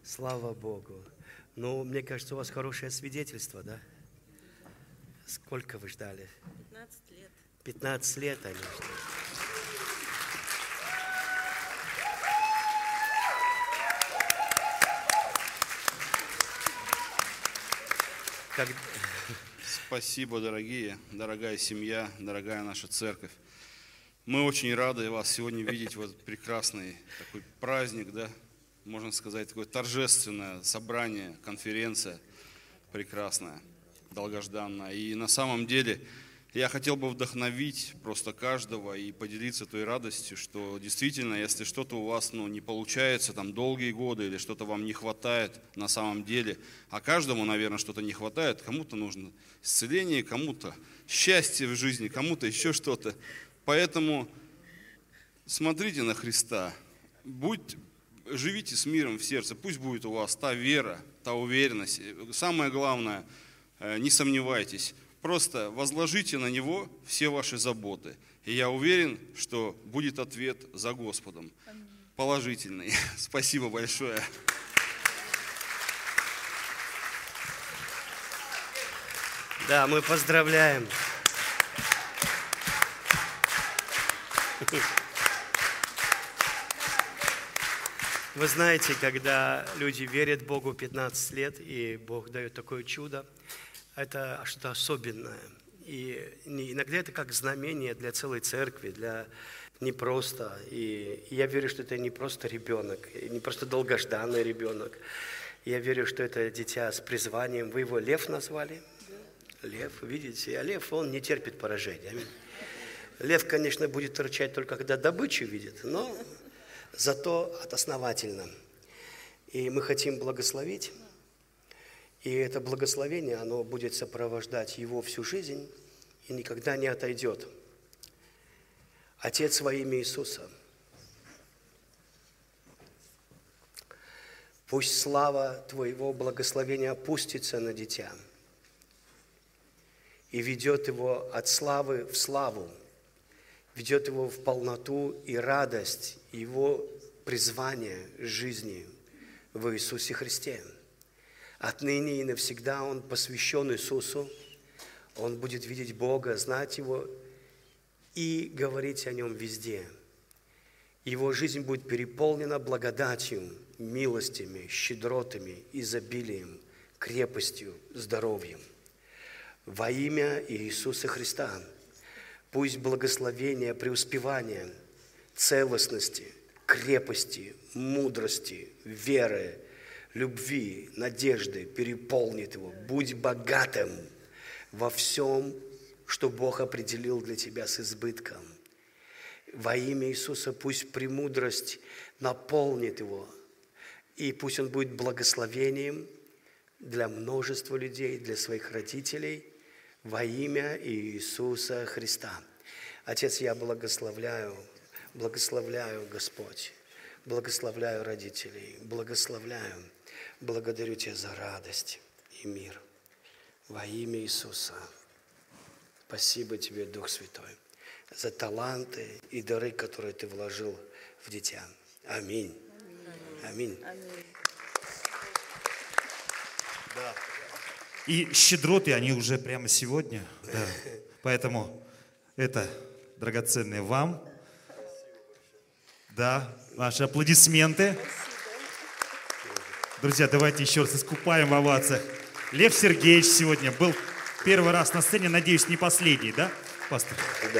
Слава Богу. Ну, мне кажется, у вас хорошее свидетельство, да? Сколько вы ждали? 15 лет. 15 лет они ждали. Как... Спасибо, дорогая семья, дорогая наша церковь. Мы очень рады вас сегодня видеть в этот прекрасный такой праздник, да, можно сказать, такое торжественное собрание, конференция прекрасная, долгожданная. И на самом деле я хотел бы вдохновить просто каждого и поделиться той радостью, что действительно, если что-то у вас не получается там долгие годы или что-то вам не хватает на самом деле, а каждому, наверное, что-то не хватает, кому-то нужно исцеление, кому-то счастье в жизни, кому-то еще что-то. Поэтому смотрите на Христа, живите с миром в сердце, пусть будет у вас та вера, та уверенность. Самое главное, не сомневайтесь, просто возложите на Него все ваши заботы. И я уверен, что будет ответ за Господом. Положительный. Спасибо большое. Да, мы поздравляем. Вы знаете, когда люди верят Богу 15 лет, и Бог дает такое чудо, это что-то особенное. И иногда это как знамение для целой церкви, для не просто. И я верю, что это не просто ребенок, не просто долгожданный ребенок. Я верю, что это дитя с призванием. Вы его Лев назвали? Лев, видите? А Лев, он не терпит поражения. Лев, конечно, будет рычать только когда добычу видит, но зато основательно. И мы хотим благословить. И это благословение, оно будет сопровождать его всю жизнь и никогда не отойдет. Отец, во имя Иисуса, пусть слава Твоего благословения опустится на дитя и ведет его от славы в славу, ведет его в полноту и радость его призвания жизни в Иисусе Христе. Отныне и навсегда он посвящен Иисусу, он будет видеть Бога, знать Его и говорить о Нем везде. Его жизнь будет переполнена благодатью, милостями, щедротами, изобилием, крепостью, здоровьем. Во имя Иисуса Христа пусть благословение, преуспевание, целостности, крепости, мудрости, веры, любви, надежды переполнит его. Будь богатым во всем, что Бог определил для тебя с избытком. Во имя Иисуса пусть премудрость наполнит его, и пусть он будет благословением для множества людей, для своих родителей, во имя Иисуса Христа. Отец, я благословляю, Господь, благословляю родителей, благословляю. Благодарю Тебя за радость и мир. Во имя Иисуса. Спасибо Тебе, Дух Святой, за таланты и дары, которые Ты вложил в дитя. Аминь. Аминь. Да. И щедроты, они уже прямо сегодня. Да. Поэтому это драгоценное вам. Да, ваши аплодисменты. Друзья, давайте еще раз искупаем в овациях. Лев Сергеевич сегодня был первый раз на сцене, надеюсь, не последний, да, пастор?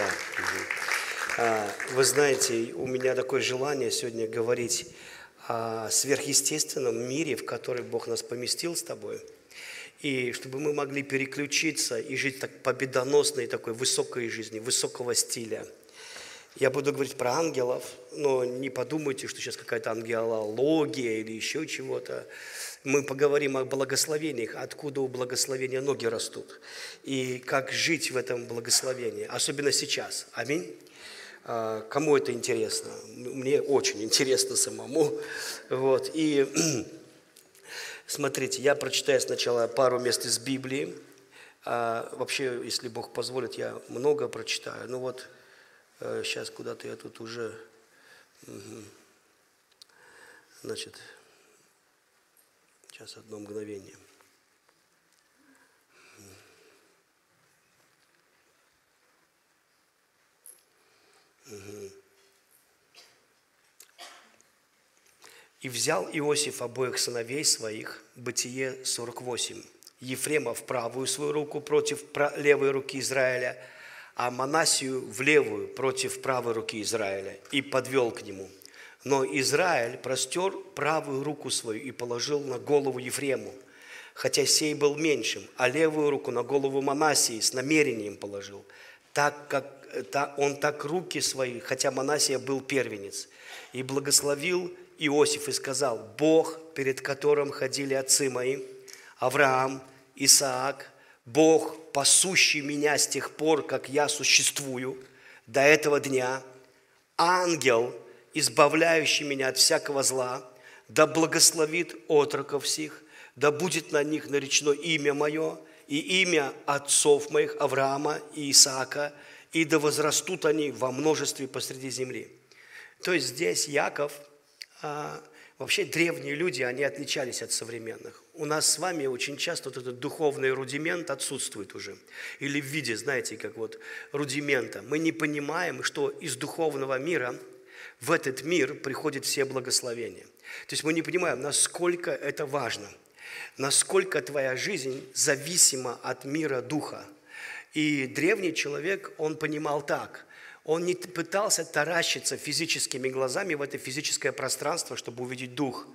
Да. Вы знаете, у меня такое желание сегодня говорить о сверхъестественном мире, в который Бог нас поместил с тобой. И чтобы мы могли переключиться и жить так победоносной, такой высокой жизнью, высокого стиля. Я буду говорить про ангелов, но не подумайте, что сейчас какая-то ангелология или еще чего-то. Мы поговорим о благословениях, откуда у благословения ноги растут, и как жить в этом благословении, особенно сейчас. Аминь. Кому это интересно? Мне очень интересно самому. Вот. И смотрите, я прочитаю сначала пару мест из Библии. Вообще, если Бог позволит, я много прочитаю. Ну вот, сейчас куда-то я тут уже, значит, Сейчас, одно мгновение. «И взял Иосиф обоих сыновей своих, Бытие 48, Ефрема в правую свою руку против левой руки Израиля, а Манассию в левую против правой руки Израиля, и подвел к нему. Но Израиль простер правую руку свою и положил на голову Ефрему, хотя сей был меньшим, а левую руку на голову Манассии с намерением положил, он так руки свои, хотя Манассия был первенец, и благословил Иосиф и сказал: Бог, перед которым ходили отцы мои, Авраам, Исаак, Бог, пасущий меня с тех пор, как я существую, до этого дня, ангел, избавляющий меня от всякого зла, да благословит отроков сих, да будет на них наречено имя мое и имя отцов моих Авраама и Исаака, и да возрастут они во множестве посреди земли». То есть здесь Яков, вообще древние люди, они отличались от современных. У нас с вами очень часто вот этот духовный рудимент отсутствует уже. Или в виде, знаете, как вот рудимента. Мы не понимаем, что из духовного мира в этот мир приходят все благословения. То есть мы не понимаем, насколько это важно, насколько твоя жизнь зависима от мира духа. И древний человек, он понимал так. Он не пытался таращиться физическими глазами в это физическое пространство, чтобы увидеть дух.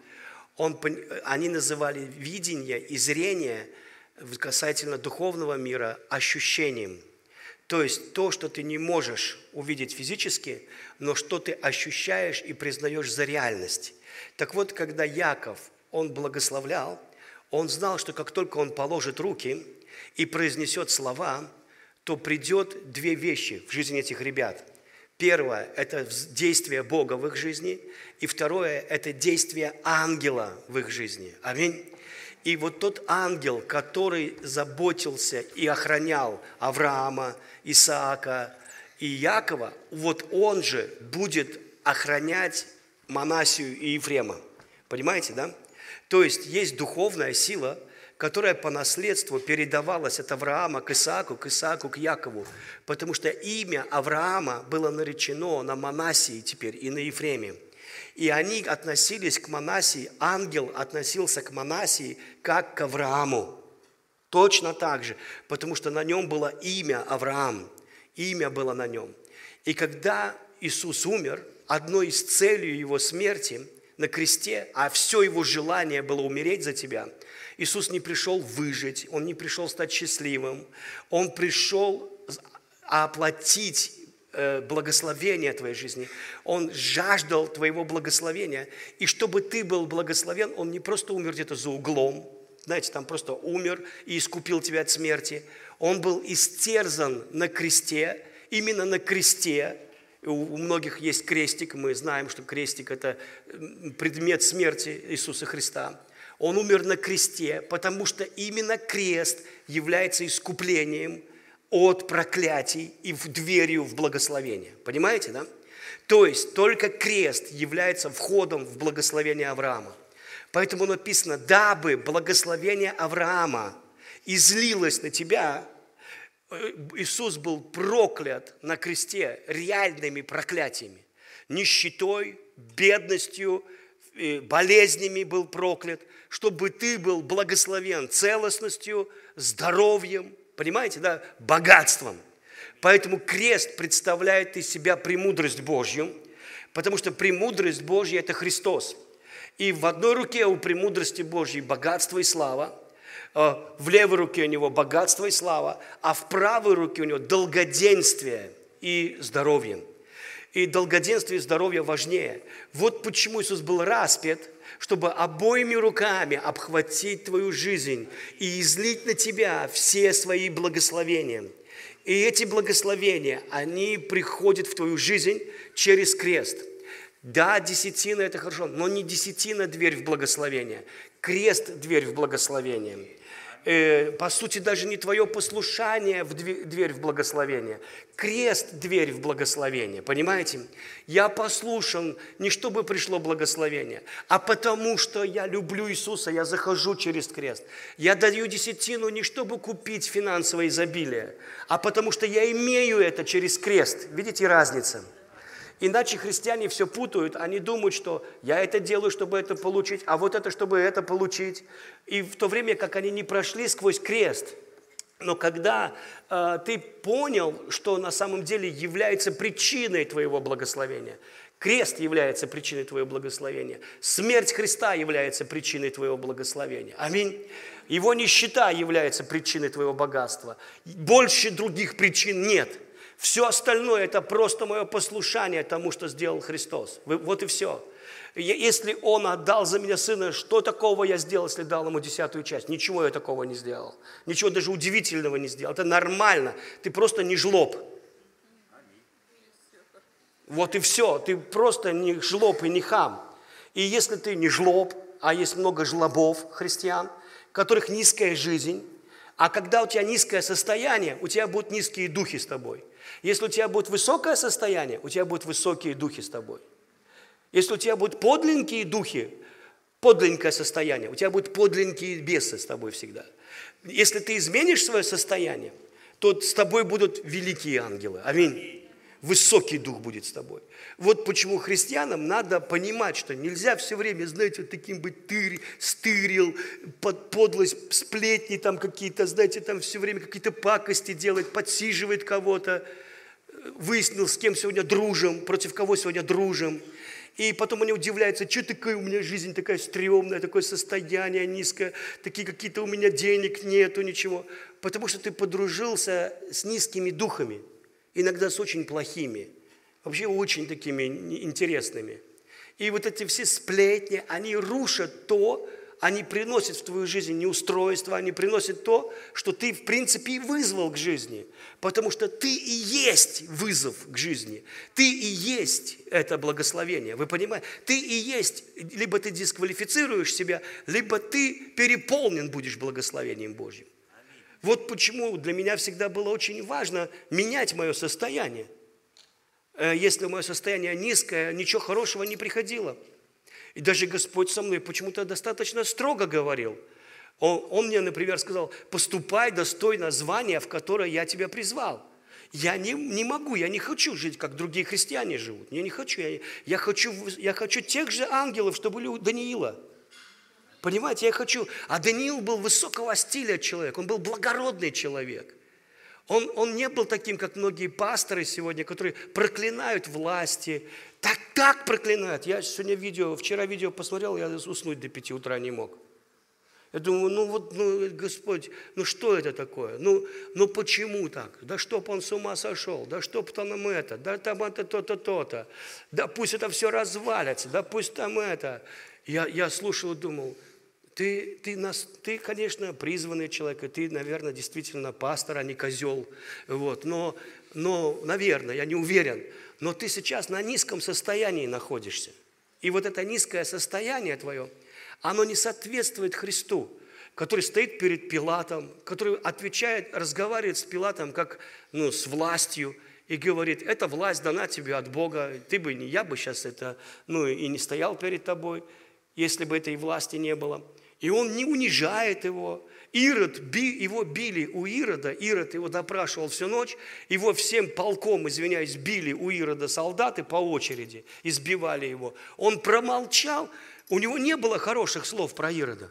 Они называли видение и зрение касательно духовного мира ощущением. То есть то, что ты не можешь увидеть физически, но что ты ощущаешь и признаешь за реальность. Так вот, когда Яков, он благословлял, он знал, что как только он положит руки и произнесет слова, то придет две вещи в жизни этих ребят. Первое – это действие Бога в их жизни, и второе – это действие ангела в их жизни. Аминь. И вот тот ангел, который заботился и охранял Авраама, Исаака и Якова, вот он же будет охранять Манассию и Ефрема. Понимаете, да? То есть есть духовная сила, которая по наследству передавалась от Авраама к Исааку, к Якову, потому что имя Авраама было наречено на Манассии теперь и на Ефреме. И они относились к Манассии, ангел относился к Манассии как к Аврааму. Точно так же, потому что на нем было имя Авраам, имя было на нем. И когда Иисус умер, одной из целей его смерти на кресте, а все его желание было умереть за тебя, Иисус не пришел выжить, Он не пришел стать счастливым, Он пришел оплатить благословение твоей жизни. Он жаждал твоего благословения. И чтобы ты был благословен, Он не просто умер где-то за углом, знаете, там просто умер и искупил тебя от смерти. Он был истерзан на кресте, именно на кресте. У многих есть крестик, мы знаем, что крестик – это предмет смерти Иисуса Христа. Он умер на кресте, потому что именно крест является искуплением от проклятий и дверью в благословение. Понимаете, да? То есть только крест является входом в благословение Авраама. Поэтому написано: дабы благословение Авраама излилось на тебя, Иисус был проклят на кресте реальными проклятиями, нищетой, бедностью, болезнями был проклят, чтобы ты был благословен целостностью, здоровьем, понимаете, да, богатством. Поэтому крест представляет из себя премудрость Божью, потому что премудрость Божья – это Христос. И в одной руке у премудрости Божьей богатство и слава, в левой руке у него богатство и слава, а в правой руке у него долгоденствие и здоровье. И долгоденствие и здоровье важнее. Вот почему Иисус был распят, чтобы обоими руками обхватить твою жизнь и излить на тебя все свои благословения. И эти благословения, они приходят в твою жизнь через крест. Да, десятина – это хорошо, но не десятина – дверь в благословение. Крест – дверь в благословение. По сути, даже не твое послушание в дверь в благословение. Крест – дверь в благословение, понимаете? Я послушан не чтобы пришло благословение, а потому что я люблю Иисуса, я захожу через крест. Я даю десятину не чтобы купить финансовое изобилие, а потому что я имею это через крест. Видите разницу? Иначе христиане все путают, они думают, что я это делаю, чтобы это получить, а вот это, чтобы это получить. И в то время, как они не прошли сквозь крест, но когда ты понял, что на самом деле является причиной твоего благословения, крест является причиной твоего благословения, смерть Христа является причиной твоего благословения. Аминь. Его нищета является причиной твоего богатства. Больше других причин нет. Все остальное – это просто мое послушание тому, что сделал Христос. Вот и все. Если Он отдал за меня Сына, что такого я сделал, если дал Ему 10-ю часть? Ничего я такого не сделал. Ничего даже удивительного не сделал. Это нормально. Ты просто не жлоб. Вот и все. Ты просто не жлоб и не хам. И если ты не жлоб, а есть много жлобов христиан, у которых низкая жизнь, а когда у тебя низкое состояние, у тебя будут низкие духи с тобой. Если у тебя будет высокое состояние, у тебя будут высокие духи с тобой. Если у тебя будут подлинные духи, подлинное состояние, у тебя будут подлинные бесы с тобой всегда. Если ты изменишь свое состояние, то с тобой будут великие ангелы. Аминь. Высокий дух будет с тобой. Вот почему христианам надо понимать, что нельзя все время, знаете, вот таким быть стырил, подлость, сплетни там какие-то, знаете, там все время какие-то пакости делать, подсиживает кого-то, выяснил, с кем сегодня дружим, против кого сегодня дружим. И потом они удивляются, что такая у меня жизнь такая стрёмная, такое состояние низкое, такие какие-то у меня денег нету, ничего. Потому что ты подружился с низкими духами. Иногда с очень плохими, вообще очень такими интересными. И вот эти все сплетни, они рушат то, они приносят в твою жизнь неустройство, они приносят то, что ты, в принципе, и вызвал к жизни. Потому что ты и есть вызов к жизни. Ты и есть это благословение. Вы понимаете? Ты и есть, либо ты дисквалифицируешь себя, либо ты переполнен будешь благословением Божьим. Вот почему для меня всегда было очень важно менять мое состояние. Если мое состояние низкое, ничего хорошего не приходило. И даже Господь со мной почему-то достаточно строго говорил. Он мне, например, сказал, поступай достойно звания, в которое я тебя призвал. Я не могу, я не хочу жить, как другие христиане живут. Я не хочу. Я хочу тех же ангелов, что были у Даниила. Понимаете, я хочу. А Даниил был высокого стиля человек, он был благородный человек. Он не был таким, как многие пасторы сегодня, которые проклинают власти. Так проклинают. Я сегодня вчера видео посмотрел, я уснуть до 5 утра не мог. Я думаю, Господь, что это такое? Почему так? Да чтоб он с ума сошел, да чтоб там это, да там это то-то, то-то. Да пусть это все развалится, да пусть там это. Я слушал и думал, ты, конечно, призванный человек, и ты, наверное, действительно пастор, а не козел. Вот. Но, наверное, я не уверен, но ты сейчас на низком состоянии находишься. И вот это низкое состояние твое, оно не соответствует Христу, который стоит перед Пилатом, который разговаривает с Пилатом как с властью, и говорит, эта власть дана тебе от Бога, я бы сейчас и не стоял перед тобой, если бы этой власти не было. И он не унижает его. Его били у Ирода, Ирод его допрашивал всю ночь, его всем полком, били у Ирода солдаты по очереди, избивали его. Он промолчал, у него не было хороших слов про Ирода.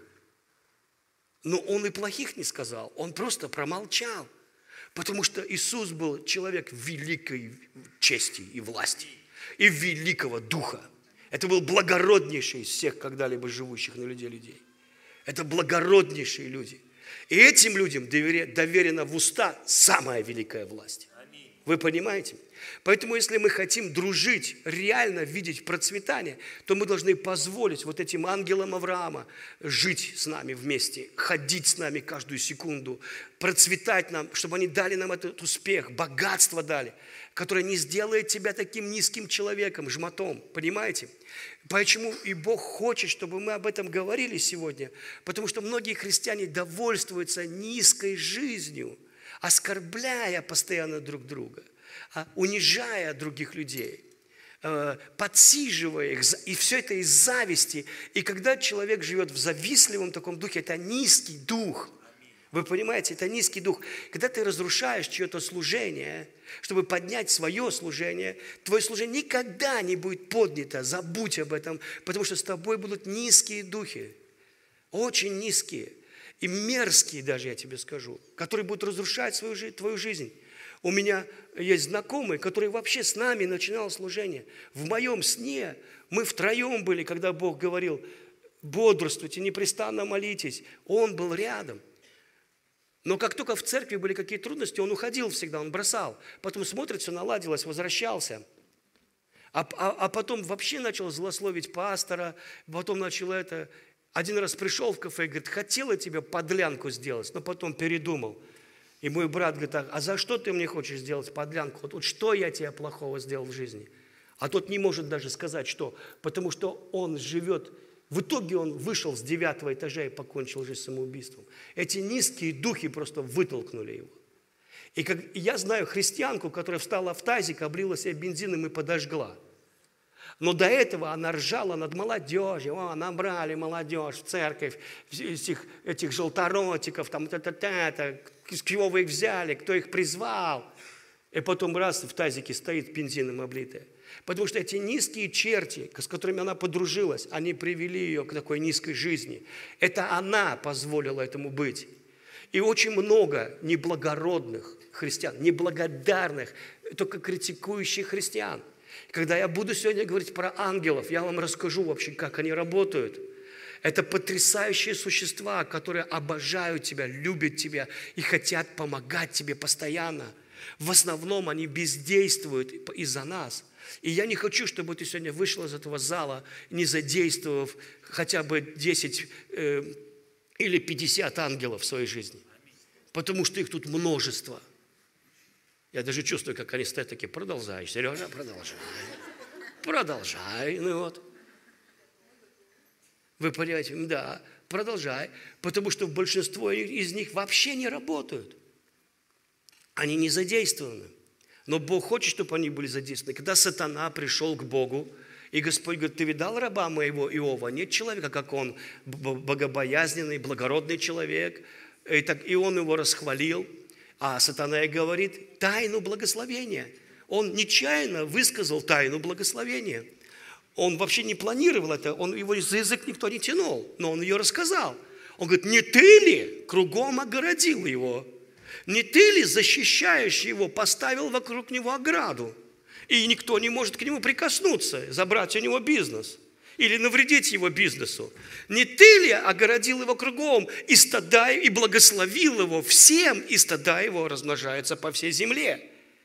Но он и плохих не сказал, он просто промолчал. Потому что Иисус был человек великой чести и власти, и великого духа. Это был благороднейший из всех когда-либо живущих на людей. Это благороднейшие люди. И этим людям доверена в уста самая великая власть. Вы понимаете? Поэтому, если мы хотим дружить, реально видеть процветание, то мы должны позволить вот этим ангелам Авраама жить с нами вместе, ходить с нами каждую секунду, процветать нам, чтобы они дали нам этот успех, богатство дали, которое не сделает тебя таким низким человеком, жмотом, понимаете? Почему и Бог хочет, чтобы мы об этом говорили сегодня, потому что многие христиане довольствуются низкой жизнью, оскорбляя постоянно друг друга, унижая других людей, подсиживая их, и все это из зависти. И когда человек живет в завистливом таком духе, это низкий дух. Вы понимаете, это низкий дух. Когда ты разрушаешь чье-то служение, чтобы поднять свое служение, твое служение никогда не будет поднято. Забудь об этом, потому что с тобой будут низкие духи, очень низкие и мерзкие даже, я тебе скажу, которые будут разрушать твою жизнь. У меня есть знакомый, который вообще с нами начинал служение. В моем сне мы втроем были, когда Бог говорил: бодрствуйте, непрестанно молитесь. Он был рядом. Но как только в церкви были какие-то трудности, он уходил всегда, он бросал. Потом смотрит, все наладилось, возвращался. А потом вообще начал злословить пастора, потом начал это... Один раз пришел в кафе и говорит: хотел я тебе подлянку сделать, но потом передумал. И мой брат говорит: а за что ты мне хочешь сделать подлянку? Вот что я тебе плохого сделал в жизни? А тот не может даже сказать, что. Потому что он живет... В итоге он вышел с 9 этажа и покончил жизнь самоубийством. Эти низкие духи просто вытолкнули его. И я знаю христианку, которая встала в тазик, облила себя бензином и подожгла. Но до этого она ржала над молодежью. Набрали молодежь в церковь, этих желторотиков, там, с чего вы их взяли, кто их призвал. И потом раз в тазике стоит бензином облитая. Потому что эти низкие черти, с которыми она подружилась, они привели ее к такой низкой жизни. Это она позволила этому быть. И очень много неблагородных христиан, неблагодарных, только критикующих христиан. Когда я буду сегодня говорить про ангелов, я вам расскажу вообще, как они работают. Это потрясающие существа, которые обожают тебя, любят тебя и хотят помогать тебе постоянно. В основном они бездействуют из-за нас. И я не хочу, чтобы ты сегодня вышел из этого зала, не задействовав хотя бы 10 или 50 ангелов в своей жизни. Потому что их тут множество. Я даже чувствую, как они стоят такие: продолжай, Сережа, продолжай. Продолжай, ну вот. Вы понимаете? Да, продолжай. Потому что большинство из них вообще не работают. Они не задействованы. Но Бог хочет, чтобы они были задействованы. Когда сатана пришел к Богу, и Господь говорит: ты видал раба моего Иова? Нет человека, как он, богобоязненный, благородный человек. И он его расхвалил. А сатана и говорит тайну благословения. Он нечаянно высказал тайну благословения. Он вообще не планировал это, его за язык никто не тянул, но он ее рассказал. Он говорит: не ты ли кругом огородил его? Не ты ли, защищающий его, поставил вокруг него ограду? И никто не может к нему прикоснуться, забрать у него бизнес или навредить его бизнесу. Не ты ли огородил его кругом, и стада, и благословил его всем, и стада его размножаются по всей земле?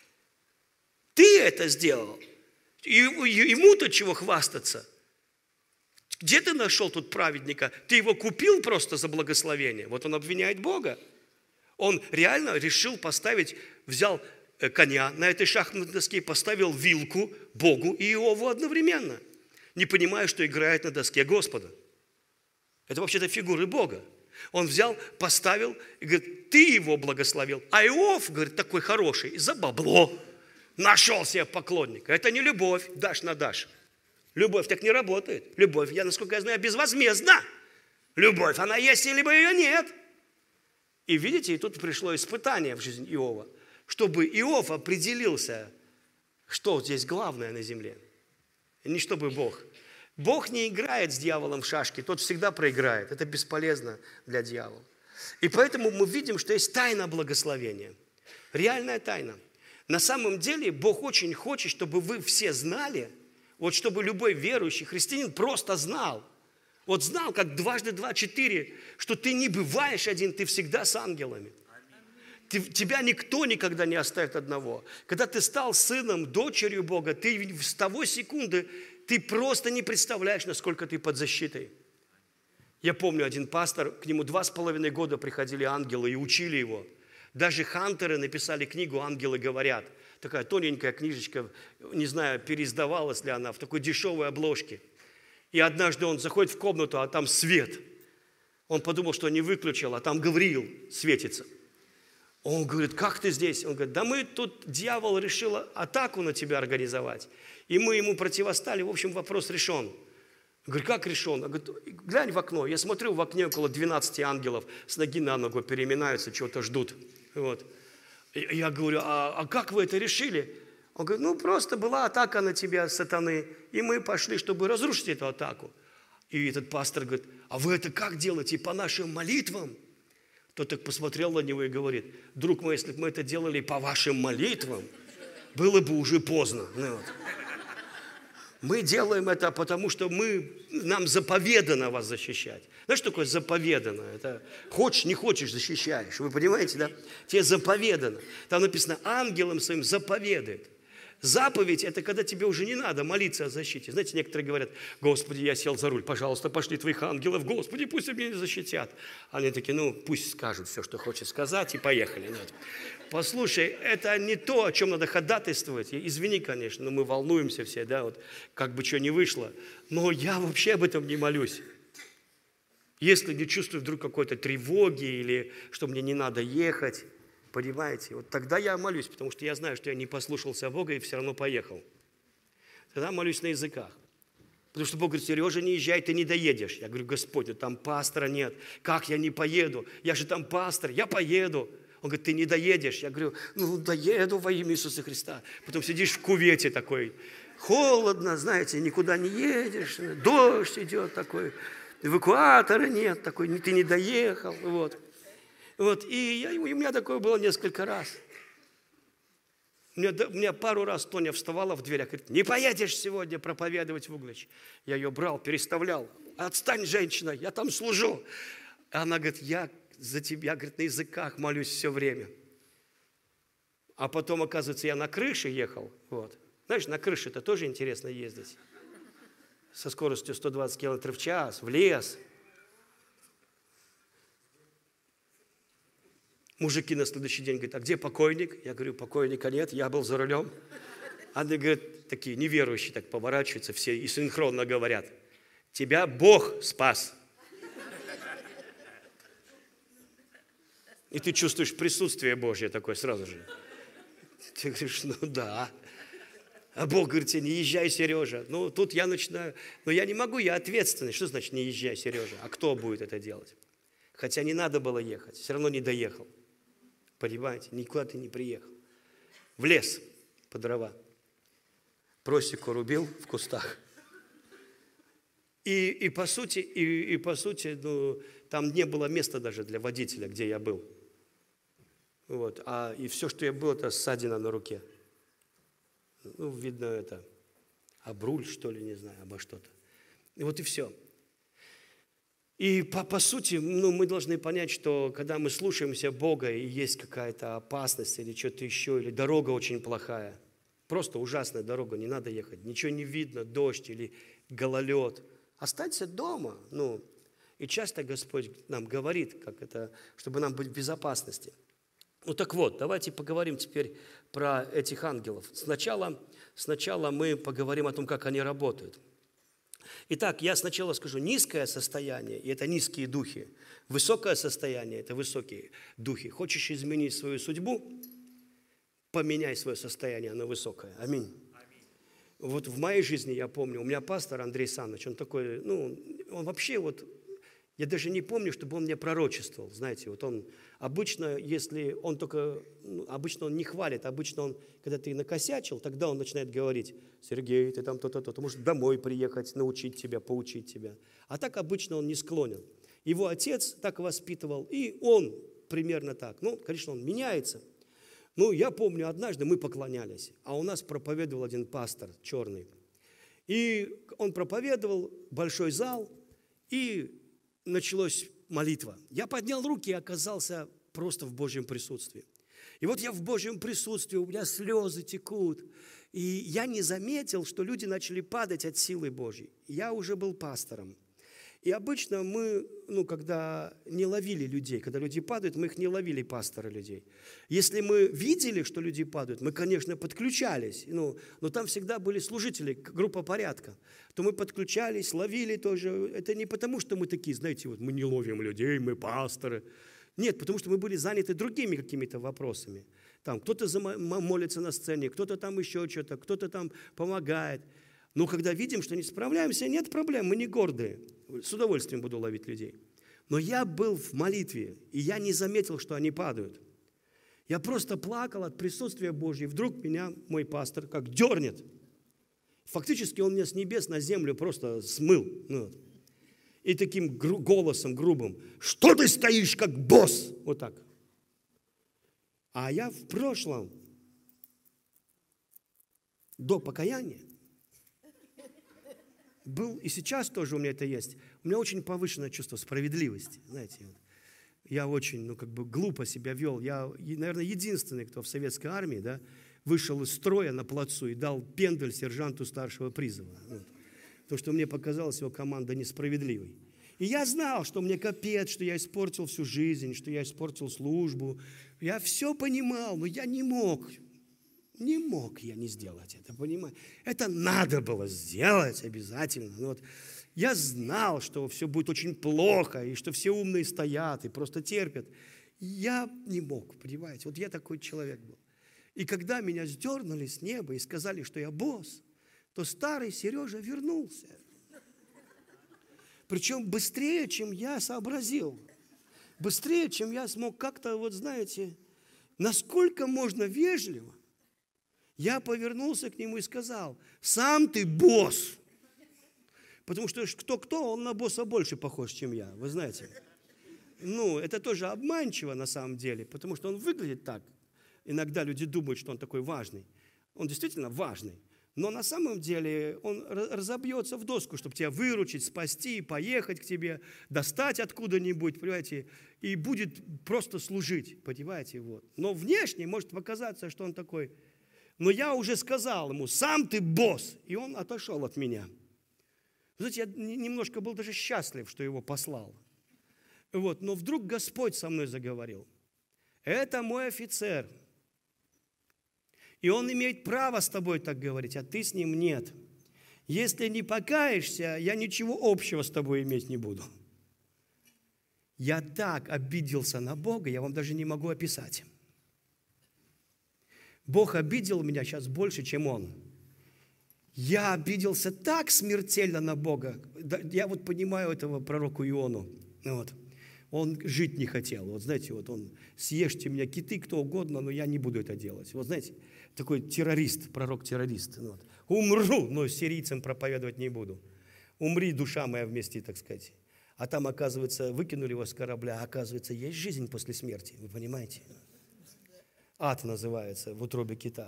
Ты это сделал. И ему-то чего хвастаться? Где ты нашел тут праведника? Ты его купил просто за благословение? Вот он обвиняет Бога. Он реально решил поставить, взял коня на этой шахматной доске, поставил вилку Богу и Иову одновременно, не понимая, что играет на доске Господа. Это вообще-то фигуры Бога. Он взял, поставил и говорит: ты его благословил. А Иов, говорит, такой хороший, за бабло нашел себе поклонника. Это не любовь, дашь на дашь. Любовь так не работает. Любовь, насколько я знаю, безвозмездна. Любовь, она есть, либо ее нет. И видите, и тут пришло испытание в жизнь Иова, чтобы Иов определился, что здесь главное на земле. И не чтобы Бог. Бог не играет с дьяволом в шашки, тот всегда проиграет. Это бесполезно для дьявола. И поэтому мы видим, что есть тайна благословения. Реальная тайна. На самом деле Бог очень хочет, чтобы вы все знали, вот чтобы любой верующий христианин просто знал. Вот знал, как 2 × 2 = 4, что ты не бываешь один, ты всегда с ангелами. Тебя никто никогда не оставит одного. Когда ты стал сыном, дочерью Бога, ты с того секунды, ты просто не представляешь, насколько ты под защитой. Я помню, один пастор, к нему 2,5 года приходили ангелы и учили его. Даже хантеры написали книгу «Ангелы говорят». Такая тоненькая книжечка, не знаю, переиздавалась ли она, в такой дешевой обложке. И однажды он заходит в комнату, а там свет. Он подумал, что не выключил, а там Гавриил светится. Он говорит, как ты здесь? Он говорит, да мы тут, дьявол решил атаку на тебя организовать. И мы ему противостали, в общем, вопрос решен. Говорит, как решен? Он говорит, глянь в окно. Я смотрю, в окне около 12 ангелов с ноги на ногу переминаются, чего-то ждут. Вот. И я говорю, а как вы это решили? Он говорит, ну просто была атака на тебя, сатаны, и мы пошли, чтобы разрушить эту атаку. И этот пастор говорит, а вы это как делаете? По нашим молитвам? Тот так посмотрел на него и говорит, друг мой, если бы мы это делали по вашим молитвам, было бы уже поздно. Ну, вот. Мы делаем это, потому что нам заповедано вас защищать. Знаешь, что такое заповедано? Это хочешь, не хочешь, защищаешь. Вы понимаете, да? Тебе заповедано. Там написано, ангелам своим заповедает. Заповедь – это когда тебе уже не надо молиться о защите. Знаете, некоторые говорят, Господи, я сел за руль, пожалуйста, пошли твоих ангелов, Господи, пусть меня защитят. Они такие, ну, пусть скажут все, что хочет сказать, и поехали. Нет. Послушай, это не то, о чем надо ходатайствовать. Извини, конечно, но мы волнуемся все, да, вот, как бы что ни вышло. Но я вообще об этом не молюсь. Если не чувствую вдруг какой-то тревоги или что мне не надо ехать, понимаете, вот тогда я молюсь, потому что я знаю, что я не послушался Бога и все равно поехал. Тогда молюсь на языках. Потому что Бог говорит, Сережа, не езжай, ты не доедешь. Я говорю, Господь, ну там пастора нет. Как я не поеду? Я же там пастор, я поеду. Он говорит, ты не доедешь. Я говорю, ну доеду во имя Иисуса Христа. Потом сидишь в кювете такой, холодно, знаете, никуда не едешь, дождь идет такой, эвакуатора нет, такой, ты не доехал, вот. Вот, и у меня такое было несколько раз. У меня пару раз Тоня вставала в дверях, говорит, не поедешь сегодня проповедовать в Углич. Я ее брал, переставлял. Отстань, женщина, я там служу. Она говорит, я за тебя, говорит, на языках молюсь все время. А потом, оказывается, я на крыше ехал. Вот. Знаешь, на крыше это тоже интересно ездить. Со скоростью 120 км в час, в лес. Мужики на следующий день говорят, а где покойник? Я говорю, покойника нет, я был за рулем. Они говорят, такие неверующие так поворачиваются все и синхронно говорят, тебя Бог спас. И ты чувствуешь присутствие Божье такое сразу же. Ты говоришь, ну да. А Бог говорит тебе, не езжай, Сережа. Ну тут я начинаю, но я не могу, я ответственный. Что значит не езжай, Сережа? А кто будет это делать? Хотя не надо было ехать, все равно не доехал. Понимаете, никуда ты не приехал. В лес по дрова. Просеку рубил в кустах. И по сути, ну, там не было места даже для водителя, где я был. Вот. И все, что я был, это ссадина на руке. Ну, видно, это об руль, что ли, не знаю, обо что-то. И вот и все. И по сути, ну, мы должны понять, что когда мы слушаемся Бога, и есть какая-то опасность или что-то еще, или дорога очень плохая, просто ужасная дорога, не надо ехать, ничего не видно, дождь или гололед, останься дома. Ну, и часто Господь нам говорит, как это, чтобы нам быть в безопасности. Ну так вот, давайте поговорим теперь про этих ангелов. Сначала мы поговорим о том, как они работают. Итак, я сначала скажу, низкое состояние, и это низкие духи. Высокое состояние, это высокие духи. Хочешь изменить свою судьбу? Поменяй свое состояние на высокое. Аминь. Вот в моей жизни, я помню, у меня пастор Андрей Саныч, он такой, ну, он вообще вот, я даже не помню, чтобы он мне пророчествовал, знаете, вот он обычно, если он только, ну, обычно он не хвалит, обычно он, когда ты накосячил, тогда он начинает говорить, Сергей, ты там то-то, то-то, может домой приехать, научить тебя, поучить тебя. А так обычно он не склонен. Его отец так воспитывал, и он примерно так. Ну, конечно, он меняется. Ну, я помню, однажды мы поклонялись, а у нас проповедовал один пастор черный. И он проповедовал, большой зал, и началась молитва. Я поднял руки и оказался просто в Божьем присутствии. И вот я в Божьем присутствии, у меня слезы текут. И я не заметил, что люди начали падать от силы Божьей. Я уже был пастором. И обычно мы, когда не ловили людей, когда люди падают, мы их не ловили, пасторы, людей. Если мы видели, что люди падают, мы, конечно, подключались. Но там всегда были служители, группа порядка. То мы подключались, ловили тоже. Это не потому, что мы такие, знаете, вот мы не ловим людей, мы пасторы. Нет, потому что мы были заняты другими какими-то вопросами. Там кто-то молится на сцене, кто-то там еще что-то, кто-то там помогает. Но когда видим, что не справляемся, нет проблем, мы не гордые. С удовольствием буду ловить людей. Но я был в молитве, и я не заметил, что они падают. Я просто плакал от присутствия Божьего. Вдруг меня мой пастор как дернет. Фактически он меня с небес на землю просто смыл. И таким голосом грубым: что ты стоишь как босс? Вот так. А я в прошлом, до покаяния, был, и сейчас тоже у меня это есть, у меня очень повышенное чувство справедливости, знаете. Я очень, глупо себя вел. Я, наверное, единственный, кто в советской армии, вышел из строя на плацу и дал пендель сержанту старшего призыва. Потому что мне показалась его команда несправедливой. И я знал, что мне капец, что я испортил всю жизнь, что я испортил службу. Я все понимал, но я не мог. Не мог я не сделать это, понимаете? Это надо было сделать обязательно. Я знал, что все будет очень плохо, и что все умные стоят и просто терпят. Я не мог, понимаете? Я такой человек был. И когда меня сдернули с неба и сказали, что я босс, то старый Сережа вернулся. Причем быстрее, чем я сообразил. Быстрее, чем я смог как-то, насколько можно вежливо. Я повернулся к нему и сказал: сам ты босс. Потому что кто-кто, он на босса больше похож, чем я, вы знаете. Это тоже обманчиво на самом деле, потому что он выглядит так. Иногда люди думают, что он такой важный. Он действительно важный. Но на самом деле он разобьется в доску, чтобы тебя выручить, спасти, поехать к тебе, достать откуда-нибудь, понимаете, и будет просто служить, понимаете. Но внешне может показаться, что он такой. Но я уже сказал ему: сам ты босс. И он отошел от меня. Знаете, я немножко был даже счастлив, что его послал. Но вдруг Господь со мной заговорил. Это мой офицер. И он имеет право с тобой так говорить, а ты с ним нет. Если не покаешься, я ничего общего с тобой иметь не буду. Я так обиделся на Бога, я вам даже не могу описать. Бог обидел меня сейчас больше, чем Он. Я обиделся так смертельно на Бога. Я понимаю этого пророку Иону. Он жить не хотел. Он: съешьте меня, киты, кто угодно, но я не буду это делать. Такой террорист, пророк-террорист. Умру, но сирийцам проповедовать не буду. Умри, душа моя, вместе, так сказать. А там, оказывается, выкинули его с корабля, а оказывается, есть жизнь после смерти. Вы понимаете? Ад называется в утробе кита.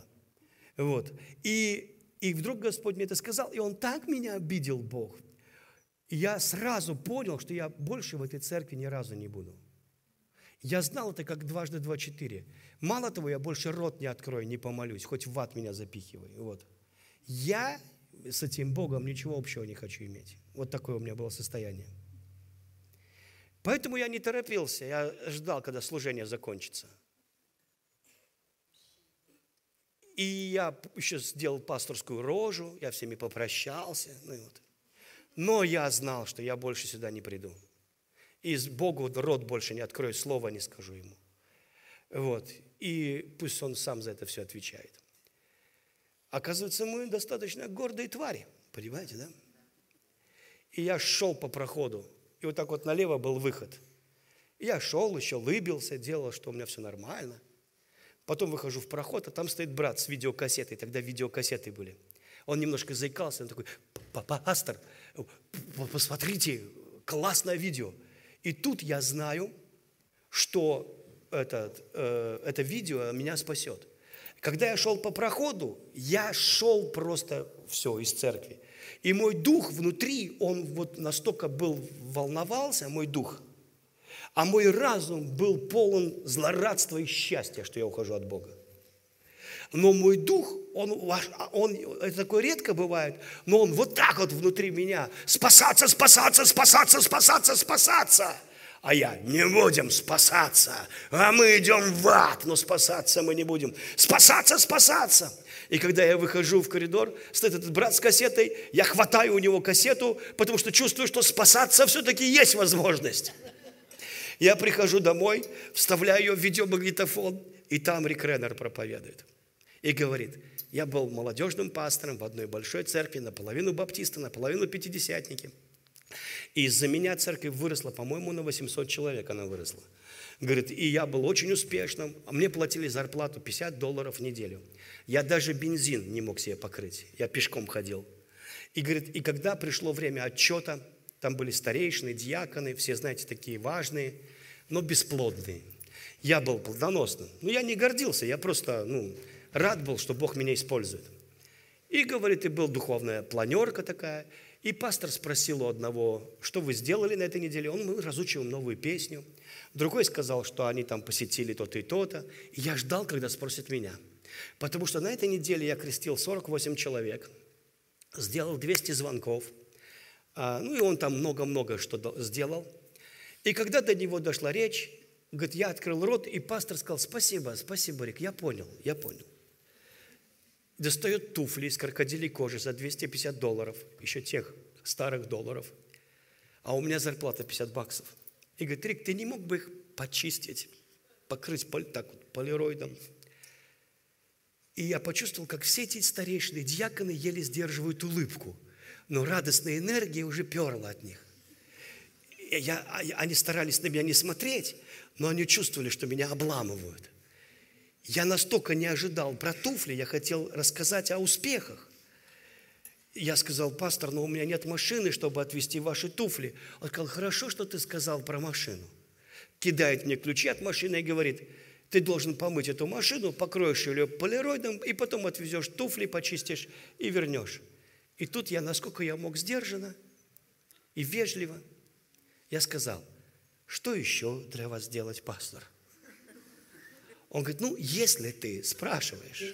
И вдруг Господь мне это сказал, и Он так меня обидел, Бог. И я сразу понял, что я больше в этой церкви ни разу не буду. Я знал это как 2 × 2 = 4. Мало того, я больше рот не открою, не помолюсь, хоть в ад меня запихивай. Я с этим Богом ничего общего не хочу иметь. Такое у меня было состояние. Поэтому я не торопился, я ждал, когда служение закончится. И я еще сделал пасторскую рожу, я всеми попрощался. Но я знал, что я больше сюда не приду. И Богу рот больше не открою, слова не скажу Ему. И пусть Он сам за это все отвечает. Оказывается, мы достаточно гордые твари. Понимаете, да? И я шел по проходу. И так налево был выход. И я шел, еще лыбился, делал, что у меня все нормально. Потом выхожу в проход, а там стоит брат с видеокассетой. Тогда видеокассеты были. Он немножко заикался, он такой: пастор, посмотрите, классное видео. И тут я знаю, что это видео меня спасет. Когда я шел по проходу, я шел просто все из церкви. И мой дух внутри, он настолько волновался, мой дух. А мой разум был полон злорадства и счастья, что я ухожу от Бога. Но мой дух, это такое редко бывает, но он вот так вот внутри меня. Спасаться, спасаться, спасаться, спасаться, спасаться. А я, не будем спасаться, а мы идем в ад, но спасаться мы не будем. Спасаться, спасаться. И когда я выхожу в коридор, стоит этот брат с кассетой, я хватаю у него кассету, потому что чувствую, что спасаться все-таки есть возможность. Я прихожу домой, вставляю ее в видеомагнитофон, и там Рик Реннер проповедует. И говорит, я был молодежным пастором в одной большой церкви, наполовину баптисты, наполовину пятидесятники. И из-за меня церковь выросла, по-моему, на 800 человек она выросла. Говорит, и я был очень успешным, а мне платили зарплату $50 в неделю. Я даже бензин не мог себе покрыть, я пешком ходил. И говорит, и когда пришло время отчета, там были старейшины, диаконы, все, знаете, такие важные, но бесплодные. Я был плодоносным. Но я не гордился, я просто, рад был, что Бог меня использует. И, говорит, и был духовная планерка такая. И пастор спросил у одного, что вы сделали на этой неделе. Мы разучиваем новую песню. Другой сказал, что они там посетили то-то и то-то. И я ждал, когда спросят меня. Потому что на этой неделе я крестил 48 человек, сделал 200 звонков. И он там много-много что сделал. И когда до него дошла речь, говорит, я открыл рот, и пастор сказал, спасибо, Рик, я понял. Достает туфли из крокодилей кожи за $250, еще тех старых долларов. А у меня зарплата $50. И говорит, Рик, ты не мог бы их почистить, покрыть так вот полироидом? И я почувствовал, как все эти старейшины, диаконы еле сдерживают улыбку, но радостная энергия уже перла от них. Они старались на меня не смотреть, но они чувствовали, что меня обламывают. Я настолько не ожидал про туфли, я хотел рассказать о успехах. Я сказал, пастор, но у меня нет машины, чтобы отвезти ваши туфли. Он сказал, хорошо, что ты сказал про машину. Кидает мне ключи от машины и говорит, ты должен помыть эту машину, покроешь ее полироидом, и потом отвезешь туфли, почистишь и вернешь. И тут я, насколько я мог, сдержанно и вежливо, я сказал, что еще для вас делать, пастор? Он говорит, если ты спрашиваешь,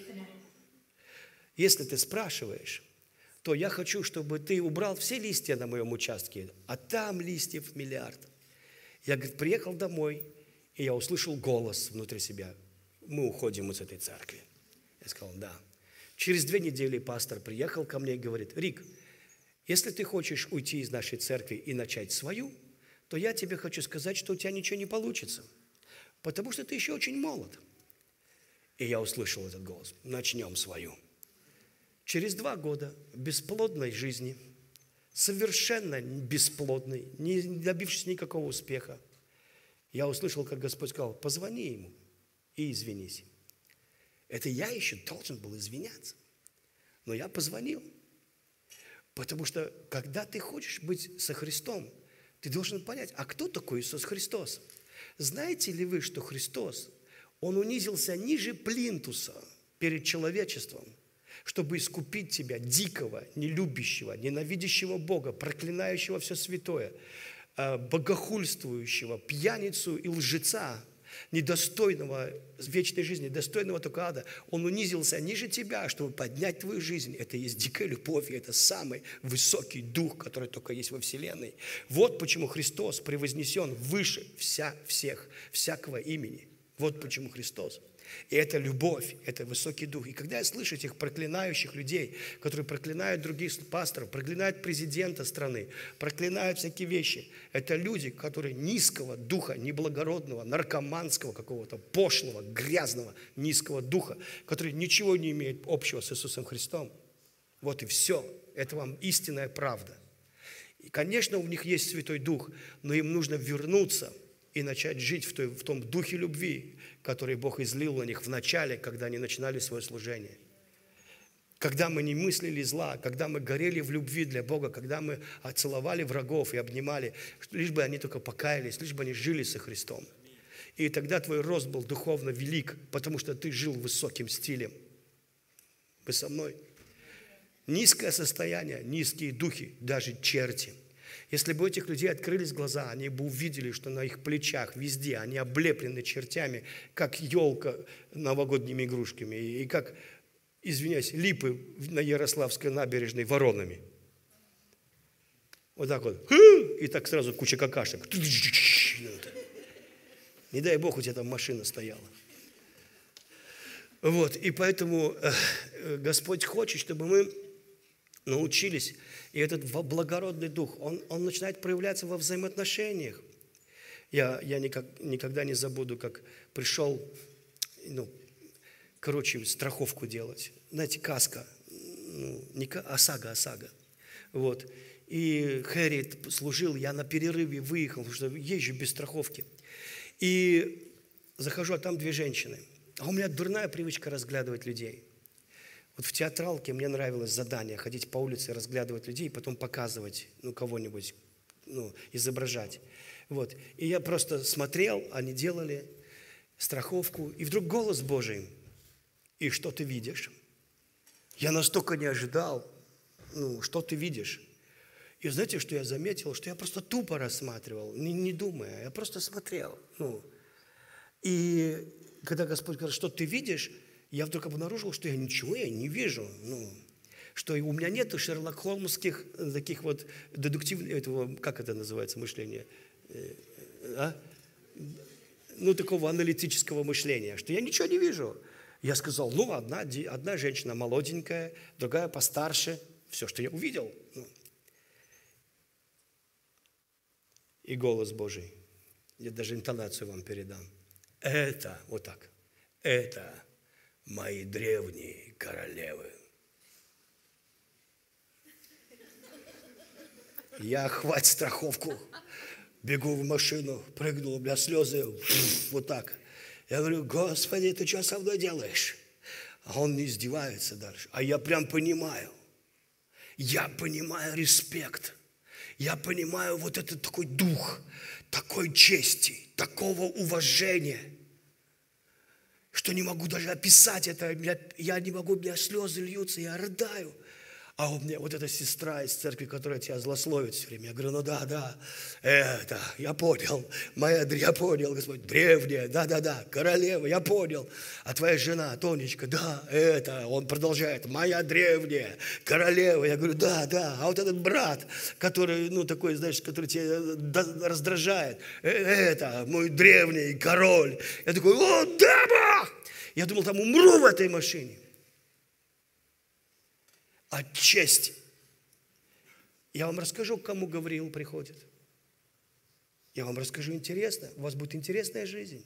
то я хочу, чтобы ты убрал все листья на моем участке, а там листьев миллиард. Я, говорит, приехал домой, и я услышал голос внутри себя. Мы уходим из этой церкви. Я сказал, да. Через 2 недели пастор приехал ко мне и говорит, Рик, если ты хочешь уйти из нашей церкви и начать свою, то я тебе хочу сказать, что у тебя ничего не получится. Потому что ты еще очень молод. И я услышал этот голос. Начнем свою. Через 2 года бесплодной жизни, совершенно бесплодной, не добившись никакого успеха, я услышал, как Господь сказал, позвони ему и извинись. Это я еще должен был извиняться. Но я позвонил. Потому что, когда ты хочешь быть со Христом, ты должен понять, а кто такой Иисус Христос? Знаете ли вы, что Христос, Он унизился ниже плинтуса перед человечеством, чтобы искупить тебя, дикого, нелюбящего, ненавидящего Бога, проклинающего все святое, богохульствующего, пьяницу и лжеца, недостойного вечной жизни, достойного только ада. Он унизился ниже тебя, чтобы поднять твою жизнь. Это и есть дикая любовь, и это самый высокий дух, который только есть во Вселенной. Вот почему Христос превознесен выше всякого имени. Вот почему Христос. И это любовь, это высокий дух. И когда я слышу этих проклинающих людей, которые проклинают других пасторов, проклинают президента страны, проклинают всякие вещи, это люди, которые низкого духа, неблагородного, наркоманского какого-то, пошлого, грязного, низкого духа, которые ничего не имеют общего с Иисусом Христом. Вот и все. Это вам истинная правда. И, конечно, у них есть Святой Дух, но им нужно вернуться и начать жить в том духе любви, который Бог излил на них в начале, когда они начинали свое служение. Когда мы не мыслили зла, когда мы горели в любви для Бога, когда мы целовали врагов и обнимали, лишь бы они только покаялись, лишь бы они жили со Христом. И тогда твой рост был духовно велик, потому что ты жил высоким стилем. Вы со мной? Низкое состояние, низкие духи, даже черти. Если бы у этих людей открылись глаза, они бы увидели, что на их плечах везде они облеплены чертями, как елка новогодними игрушками, и как, извиняюсь, липы на Ярославской набережной воронами. Вот так вот. И так сразу куча какашек. Не дай Бог, у тебя там машина стояла. Вот, и поэтому Господь хочет, чтобы мы научились. И этот благородный дух, он начинает проявляться во взаимоотношениях. Я никогда не забуду, как пришел, страховку делать. Знаете, каска, ОСАГО. Вот. И Хэри служил, я на перерыве выехал, потому что езжу без страховки. И захожу, а там две женщины. А у меня дурная привычка разглядывать людей. Вот в театралке мне нравилось задание ходить по улице, разглядывать людей, и потом показывать, кого-нибудь, изображать. Вот. И я просто смотрел, они делали страховку, и вдруг голос Божий. И что ты видишь? Я настолько не ожидал. Что ты видишь? И знаете, что я заметил? Что я просто тупо рассматривал, не думая, я просто смотрел. И когда Господь говорит, что ты видишь, я вдруг обнаружил, что я ничего не вижу. Что у меня нет Шерлок Холмских таких вот дедуктивных, как это называется, мышление? Такого аналитического мышления, что я ничего не вижу. Я сказал, одна женщина молоденькая, другая постарше. Все, что я увидел. И голос Божий. Я даже интонацию вам передам. Это, вот так, это мои древние королевы. Я хватит страховку, бегу в машину, прыгнул, у меня слезы, вот так. Я говорю, Господи, ты что со мной делаешь? А он не издевается дальше. А я прям понимаю. Я понимаю респект. Я понимаю вот этот такой дух, такой чести, такого уважения, что не могу даже описать это. Я не могу, у меня слезы льются, я рыдаю. А у меня вот эта сестра из церкви, которая тебя злословит все время. Я говорю, да, это, я понял, я понял, Господь, древняя, да, королева, я понял. А твоя жена, Тонечка, да, это, он продолжает, моя древняя королева. Я говорю, да, а вот этот брат, который, такой, знаешь, который тебя раздражает, это, мой древний король. Я такой, о, да, Бог! Я думал, там умру в этой машине. От чести. Я вам расскажу, к кому Гавриил приходит. Я вам расскажу интересно. У вас будет интересная жизнь.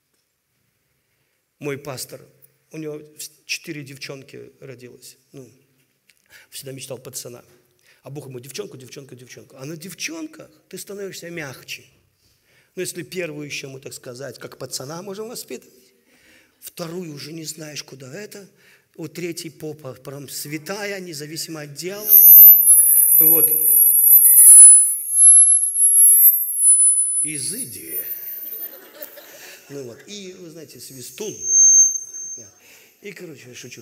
Мой пастор, у него 4 девчонки родилось. Всегда мечтал пацана. А Бог ему девчонку. А на девчонках ты становишься мягче. Если первую еще, мы так сказать, как пацана можем воспитывать, вторую уже не знаешь, куда это. У третьей попа прям святая, независимо от дел. Вот. Изыди. И, вы знаете, свистун. И, шучу.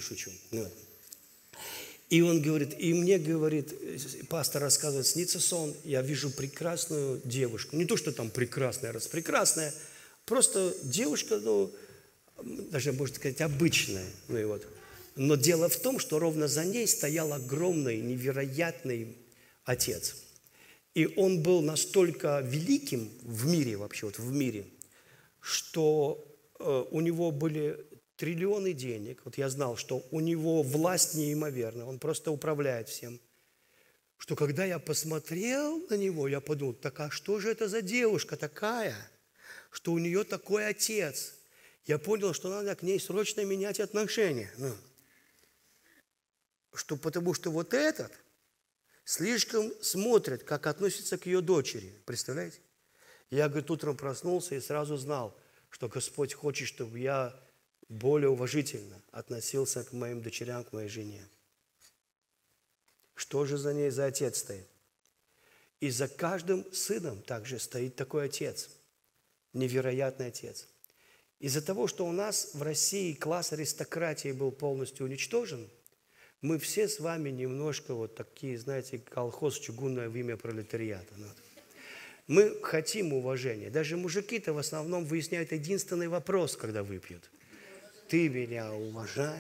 И он говорит, и мне говорит, пастор рассказывает, снится сон, я вижу прекрасную девушку. Не то, что там прекрасная, распрекрасная, просто девушка, даже, можно сказать, обычная. Но дело в том, что ровно за ней стоял огромный, невероятный отец. И он был настолько великим в мире вообще, в мире, что у него были триллионы денег. Я знал, что у него власть неимоверная, он просто управляет всем. Что когда я посмотрел на него, я подумал, так а что же это за девушка такая, что у нее такой отец? Я понял, что надо к ней срочно менять отношения. Потому что вот этот слишком смотрит, как относится к ее дочери. Представляете? Я, говорит, утром проснулся и сразу знал, что Господь хочет, чтобы я более уважительно относился к моим дочерям, к моей жене. Что же за ней за отец стоит? И за каждым сыном также стоит такой отец. Невероятный отец. Из-за того, что у нас в России класс аристократии был полностью уничтожен, Мы все с вами немножко вот такие, знаете, колхоз чугунное в имя пролетариата. Мы хотим уважения. Даже мужики-то в основном выясняют единственный вопрос, когда выпьют. Ты меня уважаешь?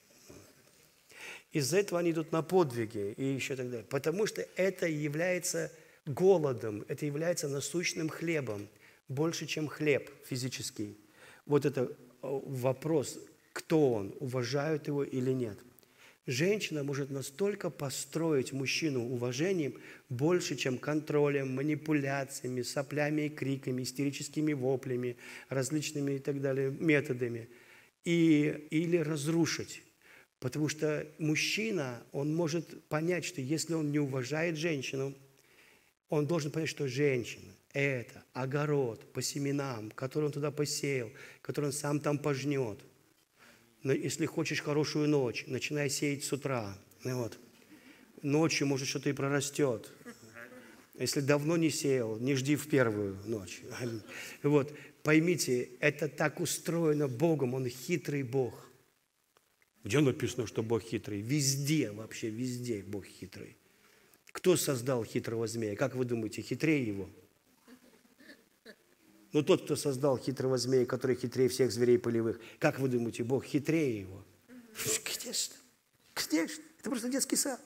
Из-за этого они идут на подвиги и еще так далее. Потому что это является голодом, это является насущным хлебом. Больше, чем хлеб физический. Вот это вопрос, кто он, уважают его или нет. Женщина может настолько построить мужчину уважением больше, чем контролем, манипуляциями, соплями и криками, истерическими воплями, различными и так далее методами. Или разрушить. Потому что мужчина, он может понять, что если он не уважает женщину, он должен понять, что женщина – это огород по семенам, который он туда посеял, который он сам там пожнет. Но если хочешь хорошую ночь, начинай сеять с утра. Вот. Ночью, может, что-то и прорастет. Если давно не сеял, не жди в первую ночь. Вот. Поймите, это так устроено Богом, Он хитрый Бог. Где написано, что Бог хитрый? Везде, вообще везде Бог хитрый. Кто создал хитрого змея? Как вы думаете, хитрее его? Ну, тот, кто создал хитрого змея, который хитрее всех зверей полевых, как вы думаете, Бог хитрее его? Конечно. Конечно. Это просто детский сад.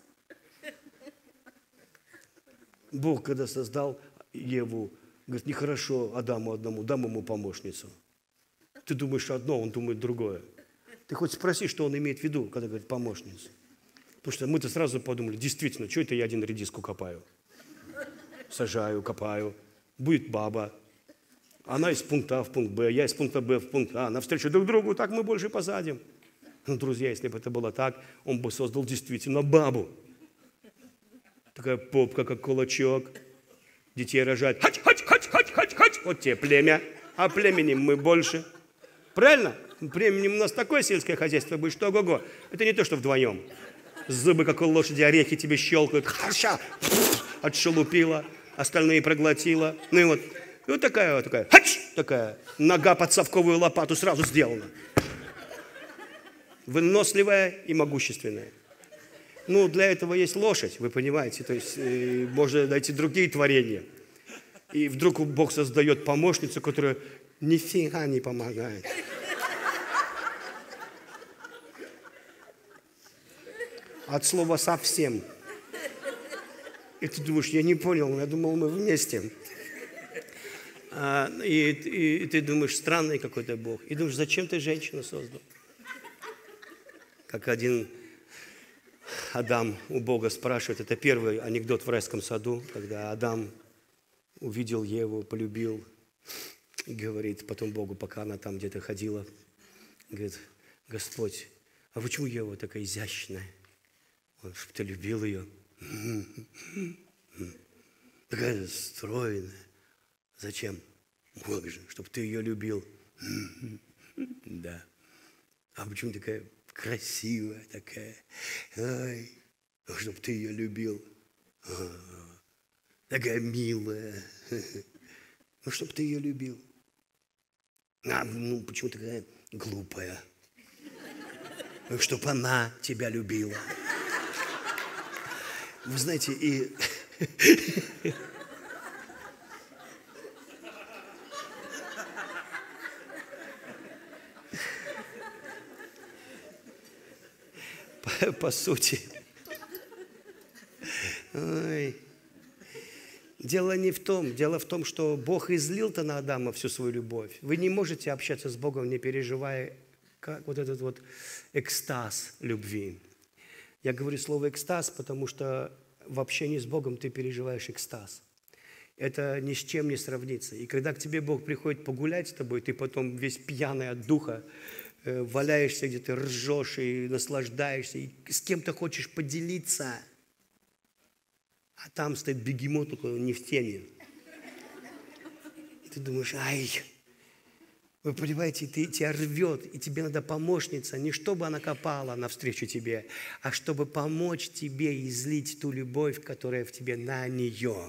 Бог, когда создал Еву, говорит, нехорошо Адаму одному, дам ему помощницу. Ты думаешь одно, он думает другое. Ты хоть спроси, что он имеет в виду, когда говорит помощницу. Потому что мы-то сразу подумали, действительно, что это я один редиску копаю? Сажаю, копаю. Будет баба. Она из пункта А в пункт Б, я из пункта Б в пункт А. Навстречу друг другу, так мы больше посадим. Ну, друзья, если бы это было так, он бы создал действительно бабу. Такая попка, как кулачок. Детей рожать. Хать, хать, хать, хать, хать, хать. Вот тебе племя. А племенем мы больше. Правильно? Племенем у нас такое сельское хозяйство будет, что ого-го. Это не то, что вдвоем. Зубы, как у лошади, орехи тебе щелкают. Хаша! Отшелупила. Остальные проглотила. Ну и вот такая, хач, такая, нога под совковую лопату сразу сделана. Выносливая и могущественная. Ну, для этого есть лошадь, вы понимаете. То есть можно найти другие творения. И вдруг Бог создает помощницу, которая нифига не помогает. От слова «совсем». И ты думаешь, я не понял, я думал, мы вместе. И ты думаешь, странный какой-то Бог. И думаешь, зачем ты женщину создал? Как один Адам у Бога спрашивает, это первый анекдот в райском саду, когда Адам увидел Еву, полюбил, и говорит потом Богу, пока она там где-то ходила, говорит, Господь, а почему Ева такая изящная? Он, чтобы ты любил ее. Такая стройная. Зачем? Бог же, чтобы ты ее любил. Да. А почему такая красивая такая? Ай, чтобы ты ее любил. Такая милая. Ну, чтобы ты ее любил. Ну, почему такая глупая? Чтобы она тебя любила. Вы знаете, и... По сути. Ой. Дело не в том. Дело в том, что Бог излил-то на Адама всю свою любовь. Вы не можете общаться с Богом, не переживая как вот этот вот экстаз любви. Я говорю слово экстаз, потому что в общении с Богом ты переживаешь экстаз. Это ни с чем не сравнится. И когда к тебе Бог приходит погулять с тобой, ты потом весь пьяный от духа, валяешься где-то, ржешь и наслаждаешься, и с кем-то хочешь поделиться, а там стоит бегемот, только не в теме. И ты думаешь, ай, вы понимаете, тебя рвет, и тебе надо помощница, не чтобы она копала навстречу тебе, а чтобы помочь тебе излить ту любовь, которая в тебе на нее.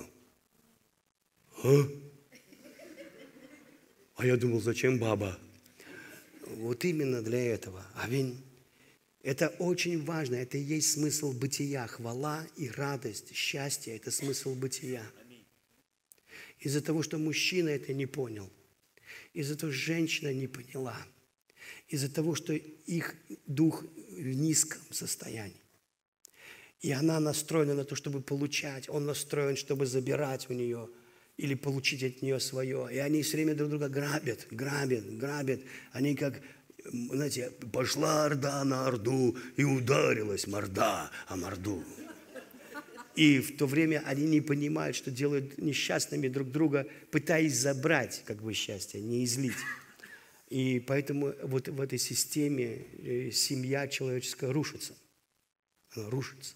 А я думал, зачем баба? Вот именно для этого. Аминь. Это очень важно, это и есть смысл бытия. Хвала и радость, счастье – это смысл бытия. Из-за того, что мужчина это не понял, из-за того, что женщина не поняла, из-за того, что их дух в низком состоянии. И она настроена на то, чтобы получать, он настроен, чтобы забирать у нее или получить от нее свое. И они все время друг друга грабят. Они как, знаете, пошла орда на орду и ударилась морда о морду. И в то время они не понимают, что делают несчастными друг друга, пытаясь забрать как бы счастье, не излить. И поэтому вот в этой системе семья человеческая рушится. Она рушится.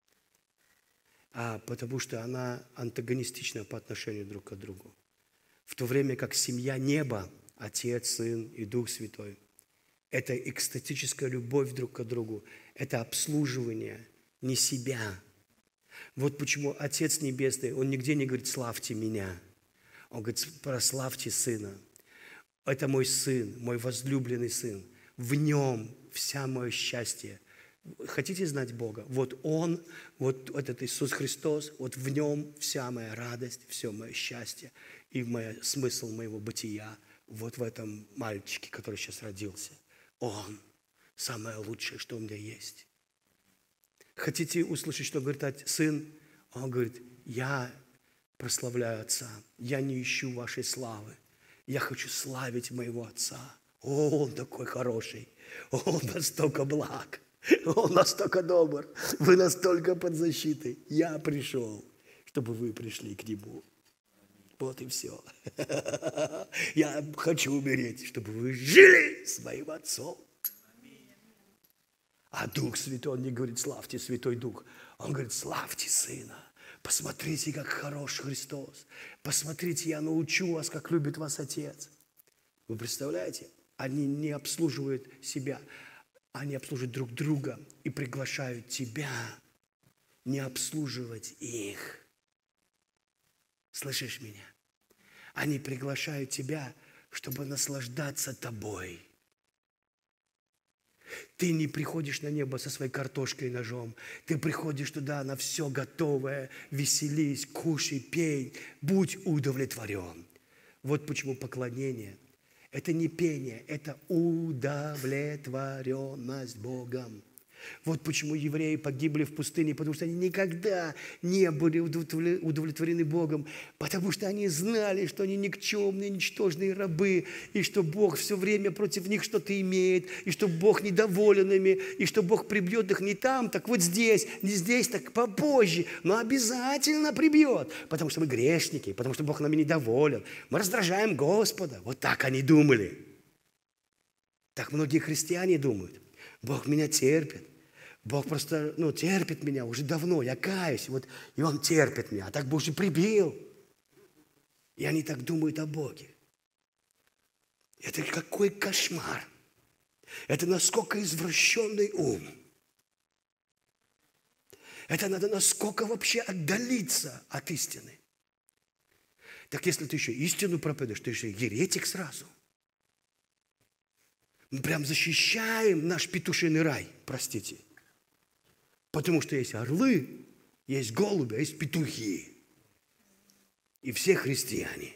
Потому что она антагонистична по отношению друг к другу. В то время как семья неба, Отец, Сын и Дух Святой, это экстатическая любовь друг к другу, это обслуживание не себя. Вот почему Отец Небесный, Он нигде не говорит «славьте меня». Он говорит «прославьте Сына». Это мой Сын, мой возлюбленный Сын. В Нем вся мое счастье. Хотите знать Бога? Вот Он, вот этот Иисус Христос, вот в Нем вся моя радость, все мое счастье и смысл моего бытия. Вот в этом мальчике, который сейчас родился. Он самое лучшее, что у меня есть. Хотите услышать, что говорит Сын? Он говорит, я прославляю Отца, я не ищу вашей славы. Я хочу славить моего Отца. О, Он такой хороший, Он настолько благ, Он настолько добр, вы настолько под защитой. Я пришел, чтобы вы пришли к Нему. Вот и все. Я хочу умереть, чтобы вы жили с моим Отцом. А Дух Святой, Он не говорит, славьте Святой Дух. Он говорит, славьте Сына. Посмотрите, как хорош Христос. Посмотрите, я научу вас, как любит вас Отец. Вы представляете? Они не обслуживают себя. Они обслуживают друг друга и приглашают тебя не обслуживать их. Слышишь меня? Они приглашают тебя, чтобы наслаждаться тобой. Ты не приходишь на небо со своей картошкой и ножом. Ты приходишь туда на все готовое. Веселись, кушай, пей. Будь удовлетворен. Вот почему поклонение – это не пение, это удовлетворенность Богом. Вот почему евреи погибли в пустыне, потому что они никогда не были удовлетворены Богом, потому что они знали, что они никчемные, ничтожные рабы, и что Бог все время против них что-то имеет, и что Бог недоволен ими, и что Бог прибьет их не там, так вот здесь, не здесь, так попозже, но обязательно прибьет, потому что мы грешники, потому что Бог нами недоволен, мы раздражаем Господа. Вот так они думали. Так многие христиане думают. Бог меня терпит. Бог просто, терпит меня уже давно, я каюсь, вот, и Он терпит меня, а так Бог же прибил. И они так думают о Боге. Это какой кошмар. Это насколько извращенный ум. Это надо насколько вообще отдалиться от истины. Так если ты еще истину проповедуешь, ты еще еретик сразу. Мы прям защищаем наш петушиный рай, простите. Потому что есть орлы, есть голуби, а есть петухи. И все христиане.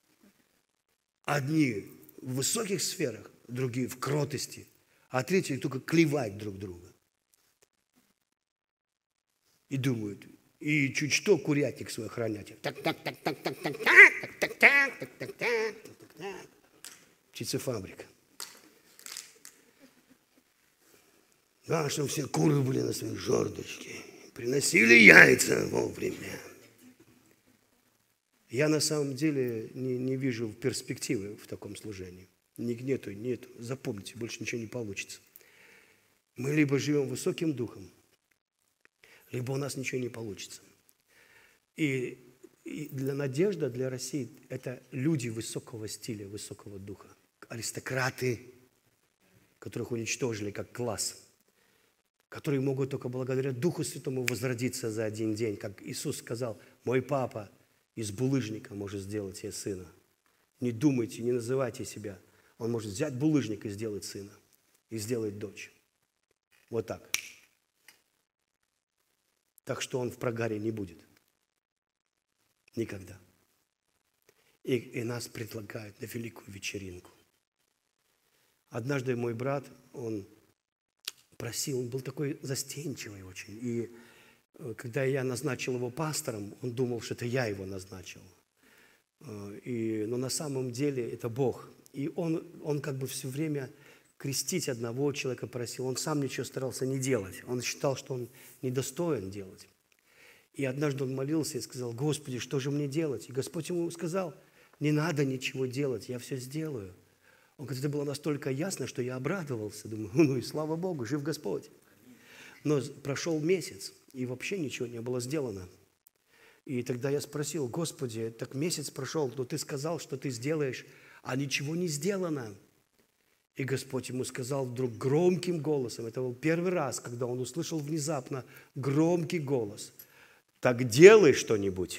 Одни в высоких сферах, другие в кротости, а третьи только клевать друг друга. И думают, и чуть что курятник свой хранят. Птицефабрика. Да, чтобы все куры были на своей жердочке. Приносили яйца вовремя. Я на самом деле не вижу перспективы в таком служении. Нету. Запомните, больше ничего не получится. Мы либо живем высоким духом, либо у нас ничего не получится. И надежда для России – это люди высокого стиля, высокого духа. Аристократы, которых уничтожили как класс, которые могут только благодаря Духу Святому возродиться за один день. Как Иисус сказал, мой папа из булыжника может сделать себе сына. Не думайте, не называйте себя. Он может взять булыжник и сделать сына, и сделать дочь. Вот так. Так что он в прогаре не будет. Никогда. И нас предлагают на великую вечеринку. Однажды мой брат, он просил, он был такой застенчивый очень. И когда я назначил его пастором, он думал, что это я его назначил. Но на самом деле это Бог. И он как бы все время крестить одного человека просил. Он сам ничего старался не делать. Он считал, что он недостоин делать. И однажды он молился и сказал: Господи, что же мне делать? И Господь ему сказал: не надо ничего делать, я все сделаю. Он говорит, это было настолько ясно, что я обрадовался. Думаю, ну и слава Богу, жив Господь. Но прошел месяц, и вообще ничего не было сделано. И тогда я спросил: Господи, так месяц прошел, но Ты сказал, что Ты сделаешь, а ничего не сделано. И Господь ему сказал вдруг громким голосом, это был первый раз, когда он услышал внезапно громкий голос: так делай что-нибудь.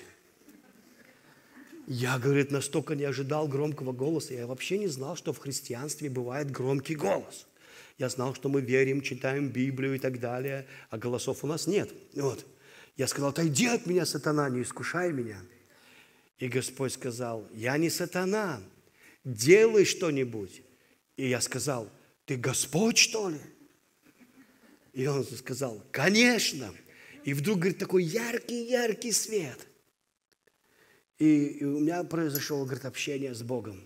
Я, говорит, настолько не ожидал громкого голоса. Я вообще не знал, что в христианстве бывает громкий голос. Я знал, что мы верим, читаем Библию и так далее, а голосов у нас нет. Вот. Я сказал: отойди от меня, сатана, не искушай меня. И Господь сказал: я не сатана, делай что-нибудь. И я сказал: ты Господь, что ли? И он сказал: конечно. И вдруг, говорит, такой яркий свет. И у меня произошло, говорит, общение с Богом.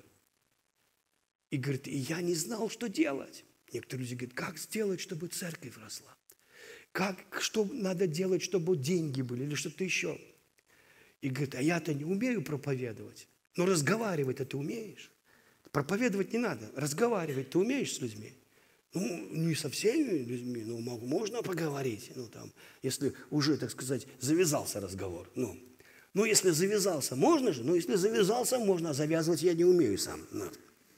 И, говорит, и я не знал, что делать. Некоторые люди говорят: как сделать, чтобы церковь росла? Что надо делать, чтобы деньги были или что-то еще? И говорит: а я-то не умею проповедовать. Но разговаривать-то ты умеешь. Проповедовать не надо. Разговаривать ты умеешь с людьми. Ну, не со всеми людьми, но можно поговорить. Ну, там, если уже, так сказать, завязался разговор. Ну, если завязался, можно же? Ну, если завязался, можно, а завязывать я не умею сам. Ну.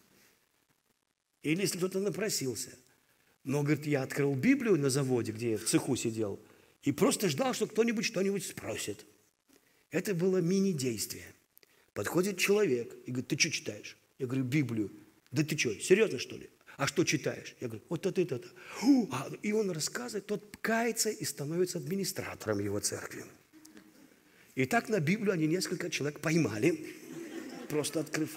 Или если кто-то напросился. Но, говорит, я открыл Библию на заводе, где я в цеху сидел, и просто ждал, что кто-нибудь что-нибудь спросит. Это было мини-действие. Подходит человек и говорит: ты что читаешь? Я говорю: Библию. Да ты что, серьезно, что ли? А что читаешь? Я говорю: вот это. И он рассказывает, тот кается и становится администратором его церкви. И так на Библию они несколько человек поймали, просто открыв.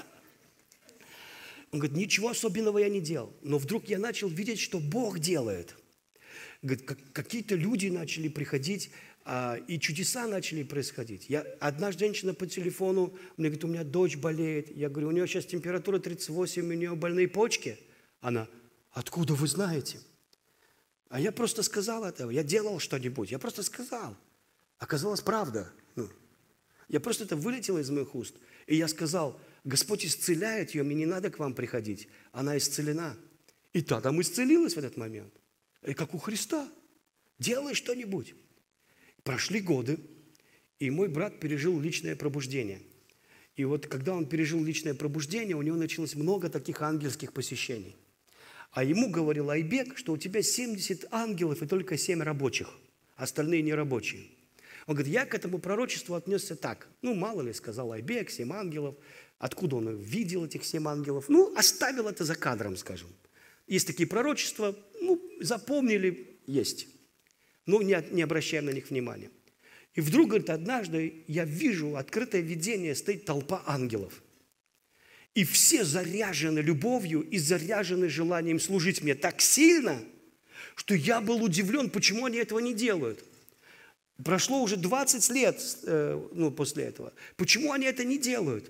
Он говорит: ничего особенного я не делал. Но вдруг я начал видеть, что Бог делает. Говорит, какие-то люди начали приходить, и чудеса начали происходить. Одна женщина по телефону мне говорит: у меня дочь болеет. Я говорю: у нее сейчас температура 38, у нее больные почки. Она: откуда вы знаете? А я просто сказал это. Я делал что-нибудь. Я просто сказал. Оказалось, правда. Я просто это вылетело из моих уст. И я сказал: Господь исцеляет ее, мне не надо к вам приходить. Она исцелена. И та там исцелилась в этот момент. И как у Христа. Делай что-нибудь. Прошли годы, и мой брат пережил личное пробуждение. И вот когда он пережил личное пробуждение, у него началось много таких ангельских посещений. А ему говорил Айбек, что у тебя 70 ангелов и только 7 рабочих, остальные нерабочие. Он говорит: я к этому пророчеству отнесся так. Ну, мало ли, сказал Айбек, 7 ангелов. Откуда он видел этих 7 ангелов? Ну, оставил это за кадром, скажем. Есть такие пророчества, запомнили, есть. Но не обращаем на них внимания. И вдруг, говорит, однажды я вижу открытое видение, стоит толпа ангелов. И все заряжены любовью и заряжены желанием служить мне так сильно, что я был удивлен, почему они этого не делают. Прошло уже 20 лет после этого. Почему они это не делают?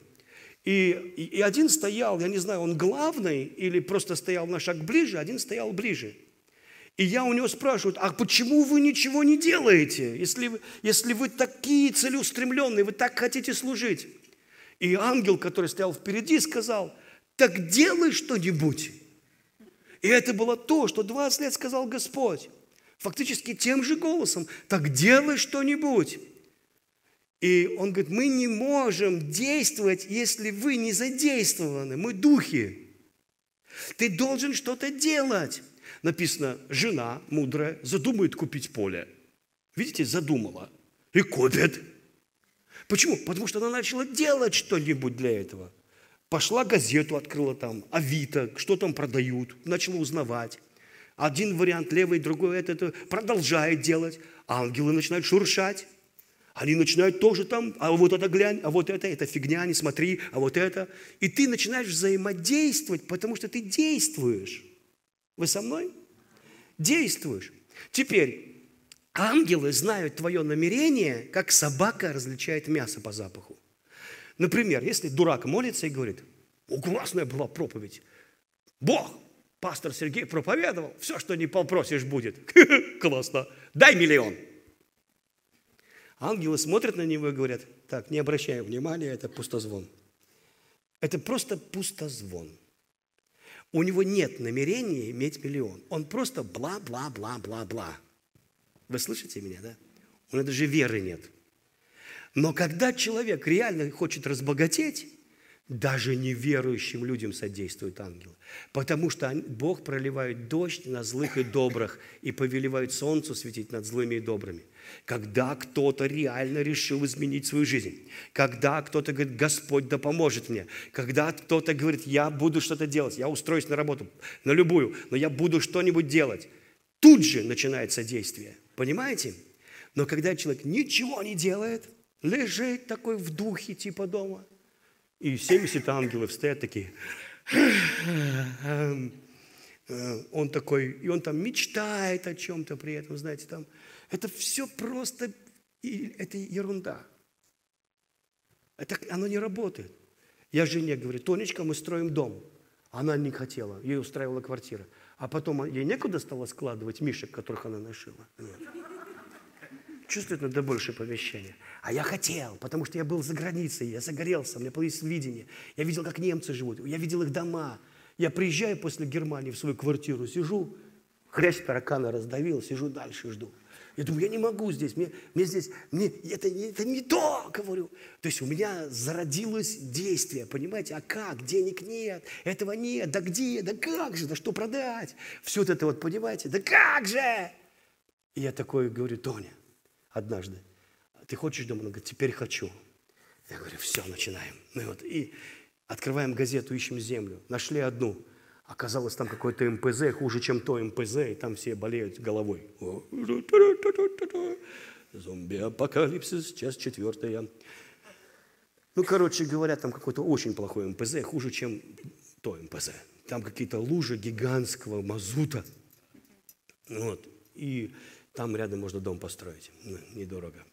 И один стоял, я не знаю, он главный или просто стоял на шаг ближе, один стоял ближе. И я у него спрашиваю: а почему вы ничего не делаете, если вы такие целеустремленные, вы так хотите служить? И ангел, который стоял впереди, сказал: так делай что-нибудь. И это было то, что 20 лет сказал Господь. Фактически тем же голосом: так делай что-нибудь. И он говорит: мы не можем действовать, если вы не задействованы, мы духи. Ты должен что-то делать. Написано: жена мудрая задумает купить поле. Видите, задумала. И купит. Почему? Потому что она начала делать что-нибудь для этого. Пошла газету, открыла там, Авито, что там продают, начала узнавать. Один вариант левый, другой это продолжает делать. Ангелы начинают шуршать. Они начинают тоже там, а вот это глянь, а вот это фигня, не смотри, а вот это. И ты начинаешь взаимодействовать, потому что ты действуешь. Вы со мной? Действуешь. Теперь, ангелы знают твое намерение, как собака различает мясо по запаху. Например, если дурак молится и говорит: классная была проповедь. Бог, пастор Сергей проповедовал, все, что не попросишь, будет. Классно, дай 1 000 000. Ангелы смотрят на него и говорят: так, не обращай внимания, это пустозвон. Это просто пустозвон. У него нет намерения иметь 1 000 000. Он просто бла-бла-бла-бла-бла. Вы слышите меня, да? У него даже веры нет. Но когда человек реально хочет разбогатеть, даже неверующим людям содействуют ангелы. Потому что Бог проливает дождь на злых и добрых и повелевает солнцу светить над злыми и добрыми. Когда кто-то реально решил изменить свою жизнь, когда кто-то говорит: Господь да поможет мне, когда кто-то говорит: я буду что-то делать, я устроюсь на работу, на любую, но я буду что-нибудь делать, тут же начинается действие. Понимаете? Но когда человек ничего не делает, лежит такой в духе типа дома, и 70 ангелов стоят такие. Он такой, и он там мечтает о чем-то при этом, знаете, там. Это все просто, это ерунда. Оно не работает. Я жене говорю: Тонечка, мы строим дом. Она не хотела, ей устраивала квартира. А потом ей некуда стало складывать мишек, которых она нашила. Нет. Чувствует, надо больше помещения. А я хотел, потому что я был за границей, я загорелся, у меня появилось видение. Я видел, как немцы живут, я видел их дома. Я приезжаю после Германии в свою квартиру, сижу, хрясь таракана раздавил, сижу дальше, жду. Я думаю: я не могу здесь, мне это не то, говорю. То есть у меня зародилось действие, понимаете? А как? Денег нет, этого нет, да где, да как же, да что продать? Все это вот, понимаете? Да как же? И я такой говорю: Тоня, однажды: ты хочешь дом? Он говорит: теперь хочу. Я говорю: все, начинаем. Ну вот, и открываем газету, ищем землю. Нашли одну. Оказалось, там какой-то МПЗ, хуже, чем то МПЗ, и там все болеют головой. Зомби-апокалипсис, часть 4. Ну, короче говоря, там какой-то очень плохой МПЗ, хуже, чем то МПЗ. Там какие-то лужи гигантского мазута. Вот. И там рядом можно дом построить. Недорого.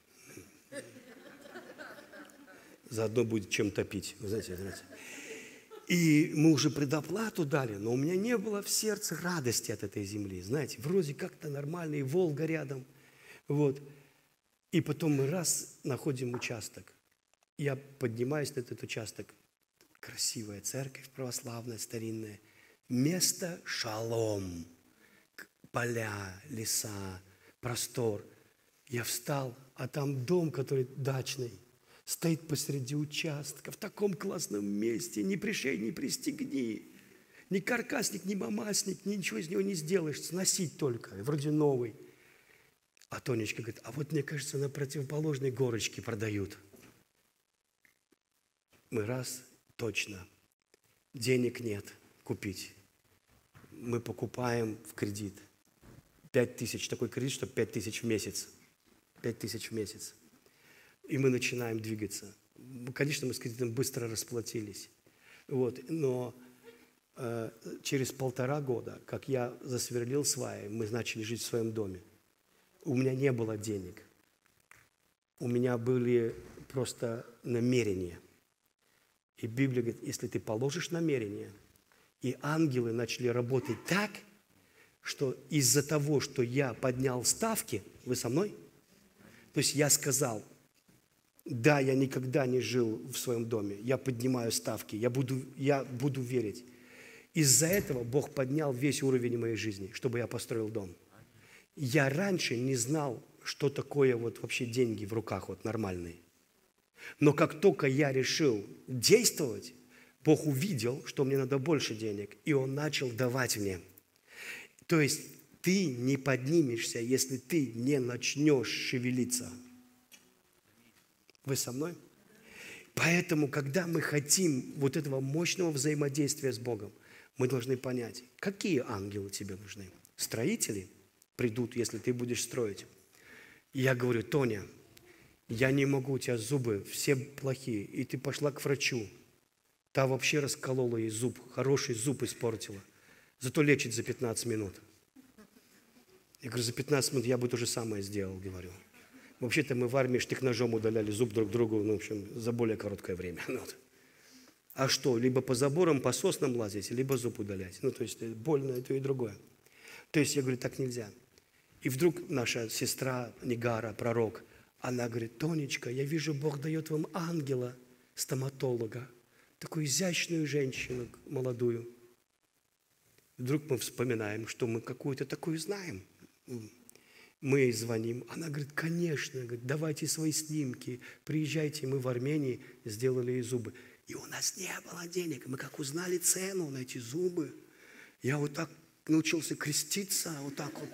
Заодно будет чем топить. Вы знаете. И мы уже предоплату дали, но у меня не было в сердце радости от этой земли. Знаете, вроде как-то нормально, и Волга рядом. Вот. И потом мы раз находим участок. Я поднимаюсь на этот участок. Красивая церковь православная, старинная. Место шалом. Поля, леса, простор. Я встал, а там дом, который дачный. Стоит посреди участка, в таком классном месте, ни пришей, ни пристегни. Ни каркасник, ни мамасник, ничего из него не сделаешь, сносить только, вроде новый. А Тонечка говорит: а вот мне кажется, на противоположной горочке продают. Мы раз, точно, денег нет купить. Мы покупаем в кредит. 5000, такой кредит, что 5000 в месяц. 5000 в месяц. И мы начинаем двигаться. Конечно, мы с кредитом быстро расплатились. Вот. Но через 1,5 года, как я засверлил сваи, мы начали жить в своем доме. У меня не было денег. У меня были просто намерения. И Библия говорит: если ты положишь намерения, и ангелы начали работать так, что из-за того, что я поднял ставки, вы со мной? То есть я сказал: да, я никогда не жил в своем доме, я поднимаю ставки, я буду верить. Из-за этого Бог поднял весь уровень моей жизни, чтобы я построил дом. Я раньше не знал, что такое вот вообще деньги в руках вот нормальные. Но как только я решил действовать, Бог увидел, что мне надо больше денег, и Он начал давать мне. То есть ты не поднимешься, если ты не начнешь шевелиться. Вы со мной? Поэтому, когда мы хотим вот этого мощного взаимодействия с Богом, мы должны понять, какие ангелы тебе нужны. строители придут, если ты будешь строить. И я говорю: Тоня, я не могу, у тебя зубы все плохие. И ты пошла к врачу. Та вообще расколола ей зуб, хороший зуб испортила. Зато лечит за 15 минут. Я говорю: за 15 минут я бы то же самое сделал, говорю. Вообще-то мы в армии штык-ножом удаляли зуб друг другу, ну, в общем, за более короткое время. А что, либо по заборам, по соснам лазить, либо зуб удалять. Ну, то есть больно и то, и другое. То есть я говорю: так нельзя. И вдруг наша сестра Нигара, пророк, она говорит: Тонечка, я вижу, Бог дает вам ангела, стоматолога, такую изящную женщину, молодую. Вдруг мы вспоминаем, что мы какую-то такую знаем. Мы ей звоним. Она говорит: конечно, говорит, давайте свои снимки, приезжайте. Мы в Армении сделали ей зубы. И у нас не было денег. Мы как узнали цену на эти зубы. Я вот так научился креститься, вот так вот.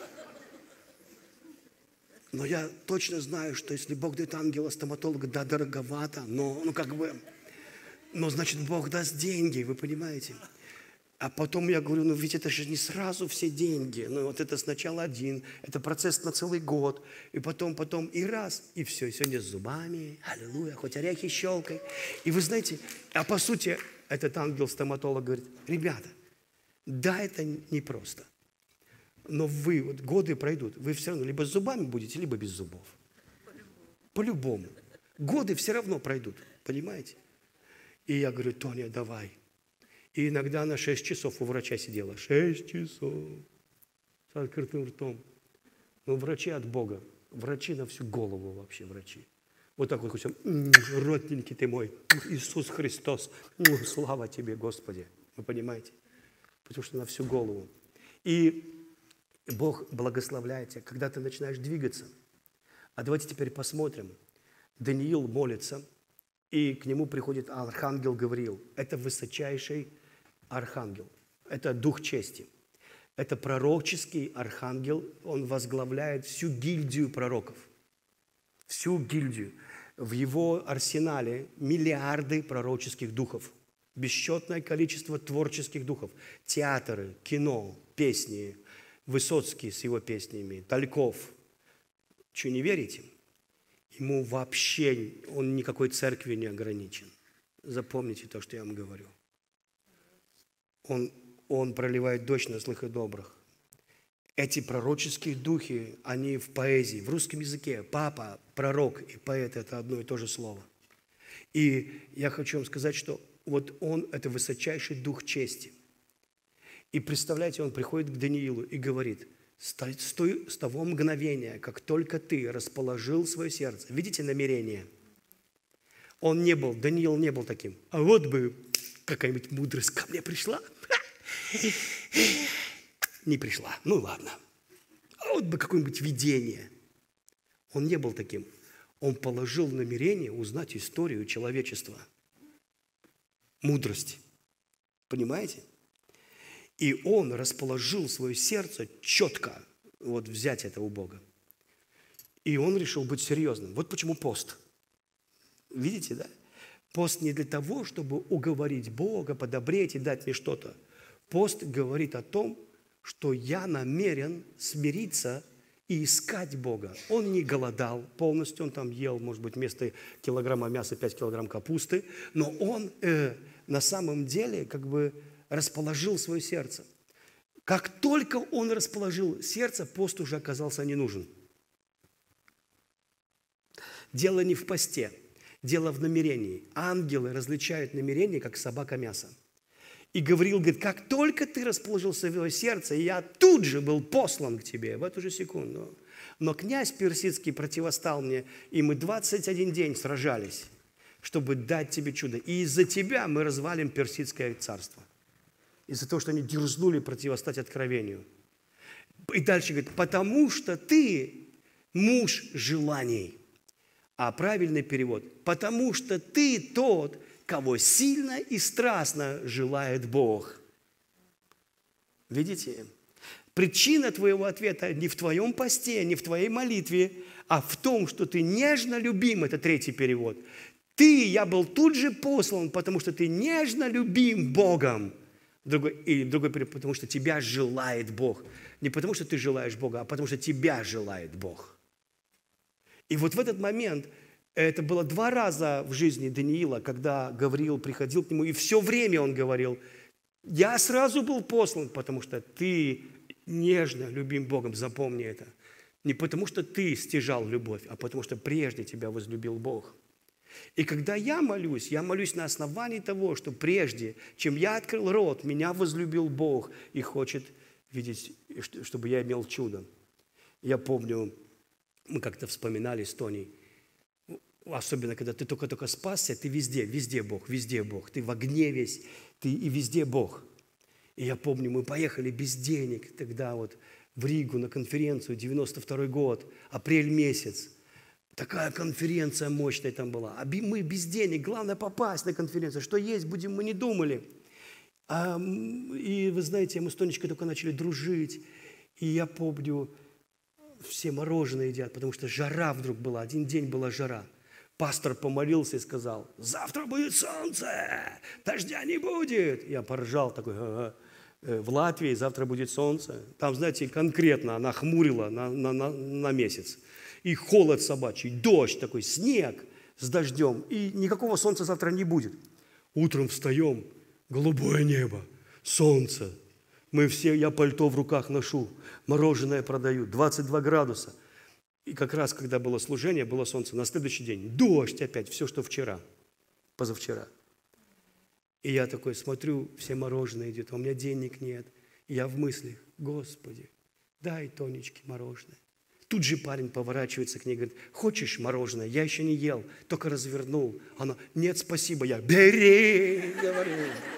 Но я точно знаю, что если Бог дает ангела-стоматолога, да, дороговато, но значит, Бог даст деньги, вы понимаете? А потом я говорю: ну ведь это же не сразу все деньги. Ну вот это сначала один, это процесс на целый год. И потом, и раз, и все. И сегодня с зубами, аллилуйя, хоть орехи щелкай. И вы знаете, а по сути, этот ангел-стоматолог говорит: ребята, да, это непросто. Но вы, вот годы пройдут, вы все равно либо с зубами будете, либо без зубов. По-любому. Годы все равно пройдут, понимаете? И я говорю: Тоня, давай. И иногда она 6 часов у врача сидела. 6 часов. С открытым ртом. Но врачи от Бога. Врачи на всю голову вообще, врачи. Вот так вот, родненький ты мой, Иисус Христос. Слава тебе, Господи. Вы понимаете? Потому что на всю голову. И Бог благословляет тебя, когда ты начинаешь двигаться. А давайте теперь посмотрим. Даниил молится, и к нему приходит архангел Гавриил. Это высочайший архангел. Это дух чести. Это пророческий архангел. Он возглавляет всю гильдию пророков. Всю гильдию. В его арсенале миллиарды пророческих духов. Бесчетное количество творческих духов. Театры, кино, песни. Высоцкий с его песнями. Тальков. Что, не верите? Ему вообще, он никакой церкви не ограничен. Запомните то, что я вам говорю. Он проливает дождь на злых и добрых. Эти пророческие духи, они в поэзии, в русском языке. Папа, пророк и поэт – это одно и то же слово. И я хочу вам сказать, что вот он – это высочайший дух чести. И представляете, он приходит к Даниилу и говорит: с того мгновения, как только ты расположил свое сердце, видите намерение? Даниил не был таким: а вот бы какая-нибудь мудрость ко мне пришла. Не пришла, ну ладно. А вот бы какое-нибудь видение. Он не был таким. Он положил намерение узнать историю человечества. Мудрость. Понимаете? И он расположил свое сердце четко вот взять это у Бога. И он решил быть серьезным. Вот почему пост. Видите, да? Пост не для того, чтобы уговорить Бога, подобреть и дать мне что-то. Пост говорит о том, что я намерен смириться и искать Бога. Он не голодал полностью, он там ел, может быть, вместо килограмма мяса 5 килограмм капусты, но он на самом деле как бы расположил свое сердце. Как только он расположил сердце, пост уже оказался не нужен. Дело не в посте, дело в намерении. Ангелы различают намерение, как собака мясо. И Гавриил говорит: как только ты расположил свое сердце, я тут же был послан к тебе, в эту же секунду. Но князь персидский противостал мне, и мы 21 день сражались, чтобы дать тебе чудо. И из-за тебя мы развалим персидское царство. Из-за того, что они дерзнули противостать откровению. И дальше говорит: потому что ты муж желаний. А правильный перевод: потому что ты тот, кого сильно и страстно желает Бог. Видите? Причина твоего ответа не в твоем посте, не в твоей молитве, а в том, что ты нежно любим, это третий перевод. Я был тут же послан, потому что ты нежно любим Богом. Другой перевод, потому что тебя желает Бог. Не потому что ты желаешь Бога, а потому что тебя желает Бог. И вот в этот момент, это было 2 раза в жизни Даниила, когда Гавриил приходил к нему, и все время он говорил: я сразу был послан, потому что ты нежно любим Богом, запомни это. Не потому что ты стяжал любовь, а потому что прежде тебя возлюбил Бог. И когда я молюсь на основании того, что прежде, чем я открыл рот, меня возлюбил Бог и хочет видеть, чтобы я имел чудо. Я помню, мы как-то вспоминали с Тоней, особенно когда ты только спасся, ты везде Бог, ты в огне весь, ты и везде Бог. И я помню, мы поехали без денег тогда вот в Ригу на конференцию, 92-й год, апрель месяц. Такая конференция мощная там была. А мы без денег, главное попасть на конференцию. Что есть будем, мы не думали. И вы знаете, мы с Тонечкой только начали дружить. И я помню, все мороженое едят, потому что жара вдруг была. Один день была жара. Пастор помолился и сказал: завтра будет солнце, дождя не будет. Я поржал такой: в Латвии завтра будет солнце. Там, знаете, конкретно она хмурила на месяц. И холод собачий, дождь такой, снег с дождем. И никакого солнца завтра не будет. Утром встаем, голубое небо, солнце. Я пальто в руках ношу, мороженое продаю, 22 градуса. И как раз, когда было служение, было солнце. На следующий день дождь опять, все, что вчера, позавчера. И я такой смотрю, все мороженое идет, а у меня денег нет. И я в мыслях: Господи, дай Тонечке мороженое. Тут же парень поворачивается к ней и говорит: хочешь мороженое? Я еще не ел, только развернул. Она: нет, спасибо. Я: бери, говорю.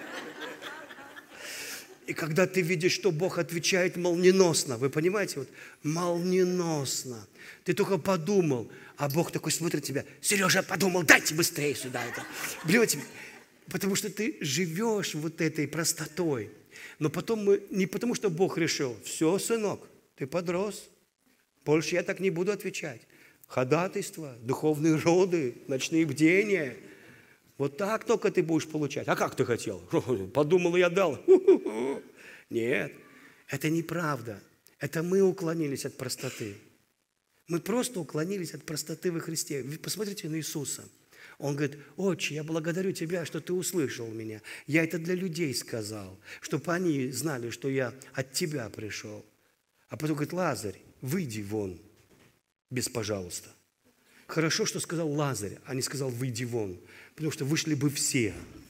И когда ты видишь, что Бог отвечает молниеносно, вы понимаете, вот молниеносно. Ты только подумал, а Бог такой смотрит на тебя: Сережа, подумал, дайте быстрее сюда это. Понимаете? Потому что ты живешь вот этой простотой. Но потом не потому, что Бог решил: все, сынок, ты подрос. Больше я так не буду отвечать. Ходатайства, духовные роды, ночные бдения. Вот так только ты будешь получать. А как ты хотел? Подумал, и я дал. Нет, это неправда. Это мы уклонились от простоты. Мы просто уклонились от простоты во Христе. Вы посмотрите на Иисуса. Он говорит: Отче, я благодарю Тебя, что Ты услышал меня. Я это для людей сказал, чтобы они знали, что я от Тебя пришел. А потом говорит: Лазарь, выйди вон, без пожалуйста. Хорошо, что сказал Лазарь, а не сказал: выйди вон, потому что вышли бы все.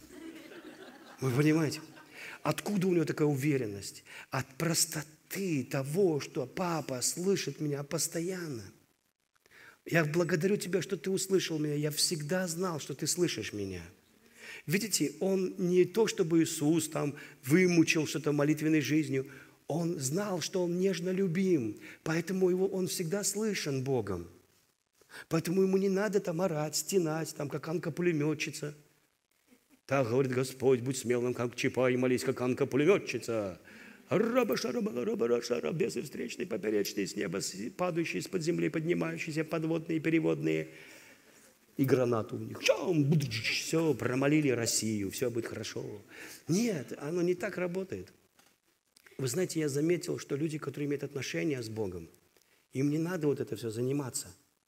Вы понимаете? Откуда у него такая уверенность? От простоты того, что папа слышит меня постоянно. Я благодарю Тебя, что Ты услышал меня. Я всегда знал, что Ты слышишь меня. Видите, он не то, чтобы Иисус там вымучил что-то молитвенной жизнью. Он знал, что он нежно любим, поэтому он всегда слышен Богом. Поэтому ему не надо там орать, стенать, там, как Анка-пулеметчица. Так говорит Господь: будь смелым, как Чапай, и молись, как Анка-пулеметчица. Раба-шараба-раба-шара, бесы встречные, поперечные, с неба падающие, из-под земли поднимающиеся, подводные, переводные. И гранату у них. Все, промолили Россию, все будет хорошо. Нет, оно не так работает. Вы знаете, я заметил, что люди, которые имеют отношения с Богом, им не надо вот это все заниматься.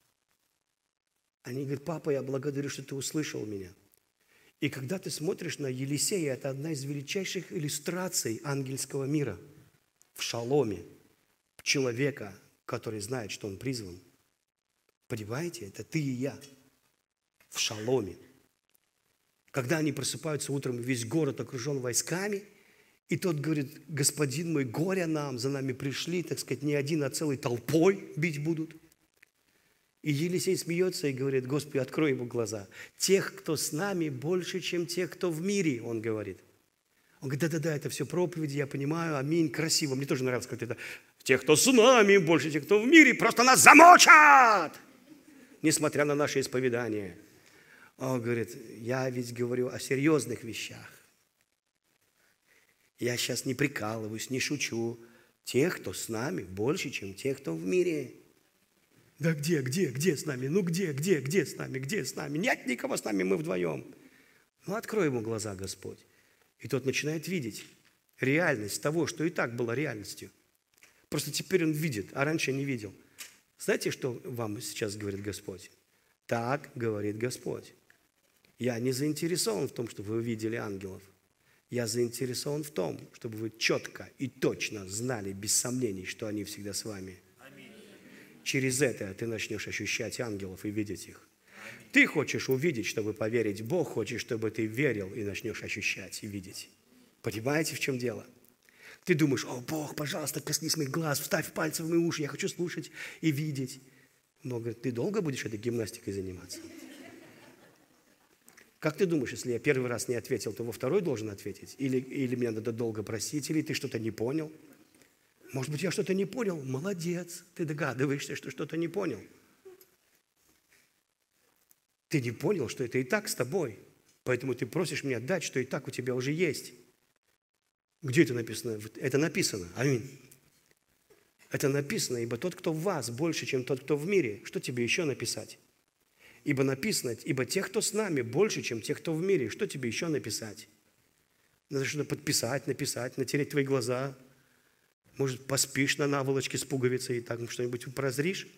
Они говорят: папа, я благодарю, что ты услышал меня. И когда ты смотришь на Елисея, это одна из величайших иллюстраций ангельского мира. В шаломе человека, который знает, что он призван. Понимаете? Это ты и я. В шаломе. Когда они просыпаются утром, весь город окружен войсками, и тот говорит: господин мой, горе нам, за нами пришли, так сказать, не один, а целой толпой бить будут. И Елисей смеется и говорит: Господи, открой ему глаза. Тех, кто с нами, больше, чем тех, кто в мире, он говорит. Он говорит: да-да-да, это все проповеди, я понимаю, аминь, красиво. Мне тоже нравится, как это: тех, кто с нами, больше тех, кто в мире, просто нас замочат, несмотря на наше исповедание. Он говорит: я ведь говорю о серьезных вещах. Я сейчас не прикалываюсь, не шучу. Тех, кто с нами, больше, чем тех, кто в мире. Да где с нами? Ну где с нами? Нет никого с нами, мы вдвоем. Ну открой ему глаза, Господь. И тот начинает видеть. реальность того, что и так было реальностью. Просто теперь он видит, а раньше не видел. Знаете, что вам сейчас говорит Господь? Так говорит Господь. Я не заинтересован в том, чтобы вы видели ангелов. Я заинтересован в том, чтобы вы четко и точно знали, без сомнений, что они всегда с вами. Через это ты начнешь ощущать ангелов и видеть их. Ты хочешь увидеть, чтобы поверить. Бог хочет, чтобы ты верил и начнешь ощущать и видеть. Понимаете, в чем дело? Ты думаешь: о, Бог, пожалуйста, коснись моих глаз, вставь пальцы в мои уши, я хочу слушать и видеть. Но, говорит, ты долго будешь этой гимнастикой заниматься? Как ты думаешь, если я первый раз не ответил, то во второй должен ответить? Или мне надо долго просить, или ты что-то не понял? Может быть, я что-то не понял? Молодец, ты догадываешься, что что-то не понял. Ты не понял, что это и так с тобой. Поэтому ты просишь меня дать, что и так у тебя уже есть. Где это написано? Это написано. Аминь. Это написано, ибо тот, кто в вас, больше, чем тот, кто в мире. Что тебе еще написать? Ибо написано, ибо тех, кто с нами, больше, чем тех, кто в мире. Что тебе еще написать? Надо что-то подписать, написать, натереть твои глаза. Может, поспишь на наволочке с пуговицей и так что-нибудь прозришь?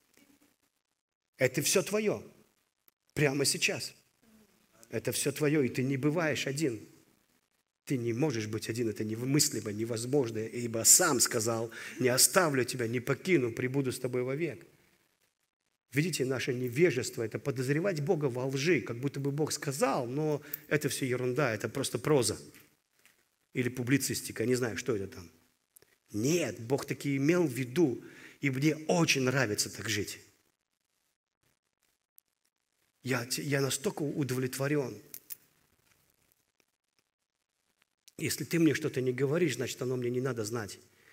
Это все твое. Прямо сейчас. Это все твое, и ты не бываешь один. Ты не можешь быть один, это немыслимо, невозможно, ибо сам сказал: не оставлю тебя, не покину, пребуду с тобой вовек. Видите, наше невежество – это подозревать Бога во лжи, как будто бы Бог сказал, но это все ерунда, это просто проза или публицистика, не знаю, что это там. Нет, Бог таки имел в виду, и мне очень нравится так жить. Я настолько удовлетворен. Если ты мне что-то не говоришь, значит, оно мне не надо знать.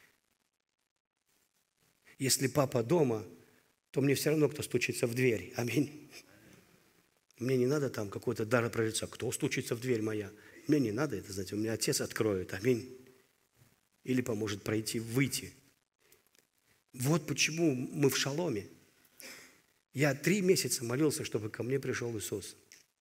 Если папа дома, то мне все равно, кто стучится в дверь. Аминь. Мне не надо там какой-то дар пророчества. Кто стучится в дверь моя? Мне не надо это знать. У меня отец откроет. Аминь. Или поможет пройти, выйти. Вот почему мы в шаломе. Я 3 месяца молился, чтобы ко мне пришел Иисус.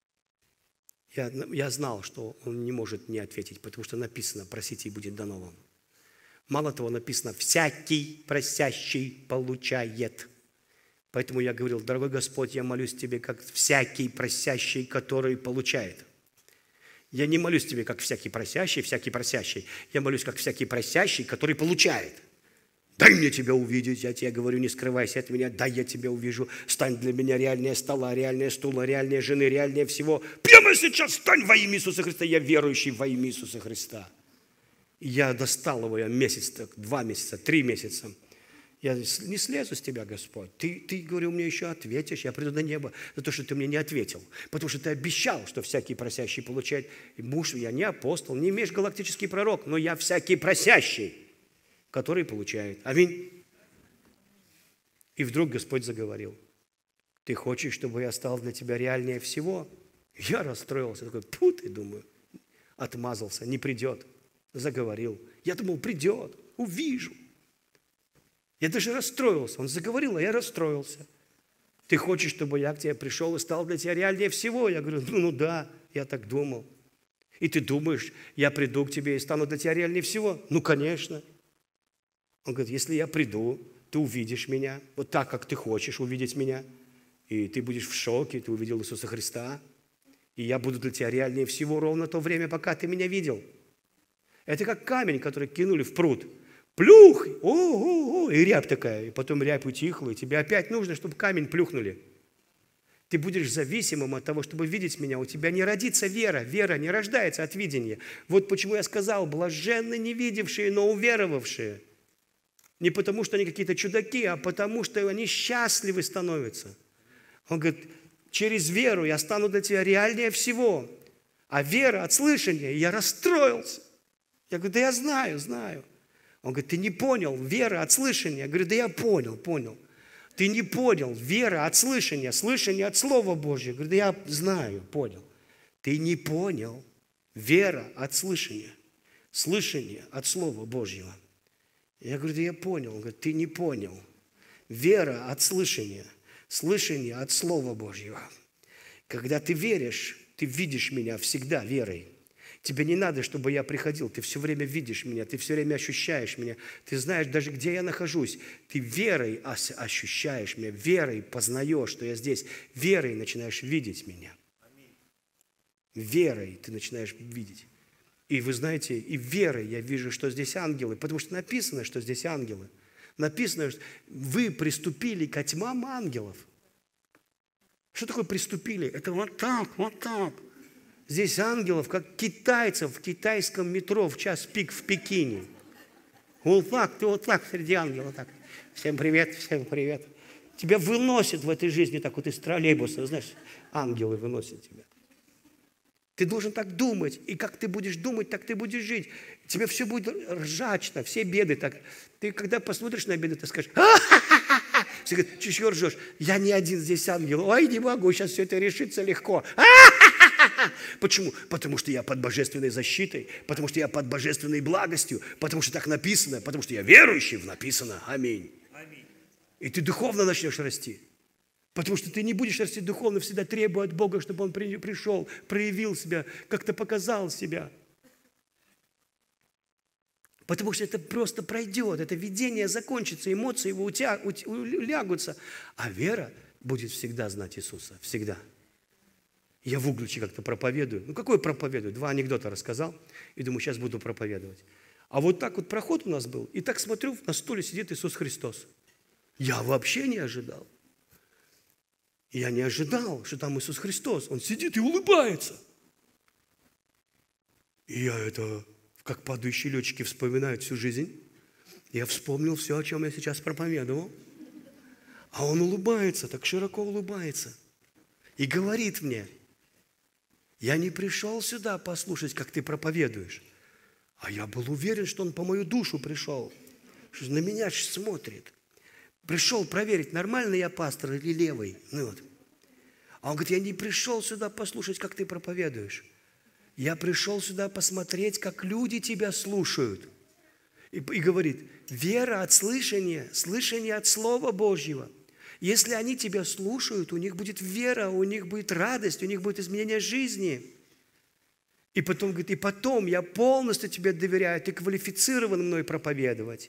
Я знал, что Он не может не ответить, потому что написано: просите, и будет дано вам. Мало того, написано: всякий просящий получает. Поэтому я говорил: дорогой Господь, я молюсь Тебе, как всякий просящий, который получает. Я не молюсь Тебе, как всякий просящий. Я молюсь, как всякий просящий, который получает. Дай мне Тебя увидеть, я Тебе говорю, не скрывайся от меня, дай я Тебя увижу. Стань для меня реальнее стола, реальнее стула, реальнее жены, реальнее всего. Прямо сейчас стань во имя Иисуса Христа, я верующий во имя Иисуса Христа. И я достал его, я месяц, 2 месяца, 3 месяца. Я не слезу с Тебя, Господь. Ты, говорю, мне еще ответишь, я приду на небо за то, что Ты мне не ответил. Потому что Ты обещал, что всякий просящий получает. И муж, я не апостол, не межгалактический пророк, но я всякий просящий, который получает. Аминь. И вдруг Господь заговорил: ты хочешь, чтобы я стал для тебя реальнее всего? Я расстроился, такой: фу ты, думаю, отмазался, не придет. Заговорил. Я думал, придет, увижу. Я даже расстроился. Он заговорил, а я расстроился. Ты хочешь, чтобы я к тебе пришел и стал для тебя реальнее всего? Я говорю: ну да, я так думал. И ты думаешь, я приду к тебе и стану для тебя реальнее всего? Ну, конечно. Он говорит: если я приду, ты увидишь меня, вот так, как ты хочешь увидеть меня, и ты будешь в шоке, ты увидел Иисуса Христа, и я буду для тебя реальнее всего ровно то время, пока ты меня видел. Это как камень, который кинули в пруд. Плюх! О-о-о! И рябь такая, и потом рябь утихла, и тебе опять нужно, чтобы камень плюхнули. Ты будешь зависимым от того, чтобы видеть меня. У тебя не родится вера. Вера не рождается от видения. Вот почему я сказал: блаженны не видевшие, но уверовавшие. Не потому, что они какие-то чудаки, а потому, что они счастливы становятся. Он говорит: через веру я стану для тебя реальнее всего. А вера от слышания, я расстроился. Я говорю: да я знаю. Он говорит: ты не понял, вера от слышания. Я говорю: да я понял. Ты не понял, вера от слышания, слышание от Слова Божьего. Я говорю: да я знаю, понял. Ты не понял, вера от слышания, слышание от Слова Божьего. Я говорю: да я понял. Он говорит: ты не понял. Вера от слышания, слышание от Слова Божьего. Когда ты веришь, ты видишь меня всегда верой. Тебе не надо, чтобы я приходил. Ты все время видишь меня, ты все время ощущаешь меня. Ты знаешь даже, где я нахожусь. Ты верой ощущаешь меня, верой познаешь, что я здесь. Верой начинаешь видеть меня. Верой ты начинаешь видеть. И вы знаете, и верой я вижу, что здесь ангелы, потому что написано, что здесь ангелы. Написано, что вы приступили ко тьмам ангелов. Что такое приступили? Это вот так, вот так. Здесь ангелов, как китайцев в китайском метро в час пик в Пекине. Вот так, ты вот так среди ангелов. Так. Всем привет, всем привет. Тебя выносят в этой жизни так вот из троллейбуса, знаешь, ангелы выносят тебя. Ты должен так думать, и как ты будешь думать, так ты будешь жить. Тебе все будет ржачно, все беды так. Ты когда посмотришь на беды, ты скажешь, ха-ха-ха-ха. Все говорят, чего ржешь? Я не один здесь ангел. Ой, не могу, сейчас все это решится легко. Почему? Потому что я под божественной защитой, потому что я под божественной благостью, потому что так написано, потому что я верующий в написано. Аминь. И ты духовно начнешь расти. Потому что ты не будешь расти духовно, всегда требуя от Бога, чтобы Он пришел, проявил себя, как-то показал себя. Потому что это просто пройдет, это видение закончится, эмоции его улягутся. А вера будет всегда знать Иисуса, всегда. Я в Угличе как-то проповедую. Ну, какой проповедую? 2 анекдота рассказал, и думаю, сейчас буду проповедовать. А вот так вот проход у нас был, и так смотрю, на стуле сидит Иисус Христос. Я вообще не ожидал. Я не ожидал, что там Иисус Христос. Он сидит и улыбается. И я это, как падающие летчики, вспоминаю всю жизнь. Я вспомнил все, о чем я сейчас проповедовал. А он улыбается, так широко улыбается. И говорит мне, я не пришел сюда послушать, как ты проповедуешь. А я был уверен, что он по мою душу пришел. Что на меня смотрит. Пришел проверить, нормальный я пастор или левый. Ну вот. А он говорит, я не пришел сюда послушать, как ты проповедуешь. Я пришел сюда посмотреть, как люди тебя слушают. И говорит, вера от слышания, слышание от Слова Божьего. Если они тебя слушают, у них будет вера, у них будет радость, у них будет изменение жизни. И потом говорит, и потом я полностью тебе доверяю, ты квалифицирован мной проповедовать.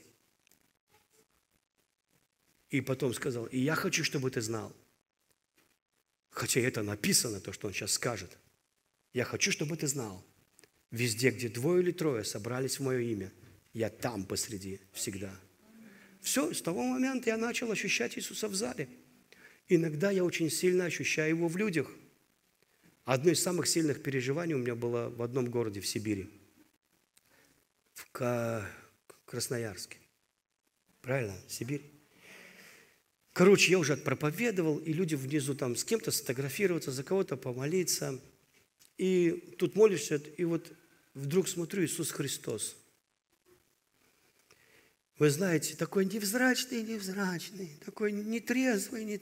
И потом сказал, и я хочу, чтобы ты знал, хотя это написано, то, что он сейчас скажет, я хочу, чтобы ты знал, везде, где 2 или 3 собрались в мое имя, я там посреди всегда. Все, с того момента я начал ощущать Иисуса в зале. Иногда я очень сильно ощущаю Его в людях. Одно из самых сильных переживаний у меня было в одном городе в Сибири, в Красноярске. Правильно? Сибирь. Короче, я уже отпроповедовал, и люди внизу там с кем-то сфотографироваться, за кого-то помолиться. И тут молишься, и вот вдруг смотрю, Иисус Христос. Вы знаете, такой невзрачный, такой нетрезвый.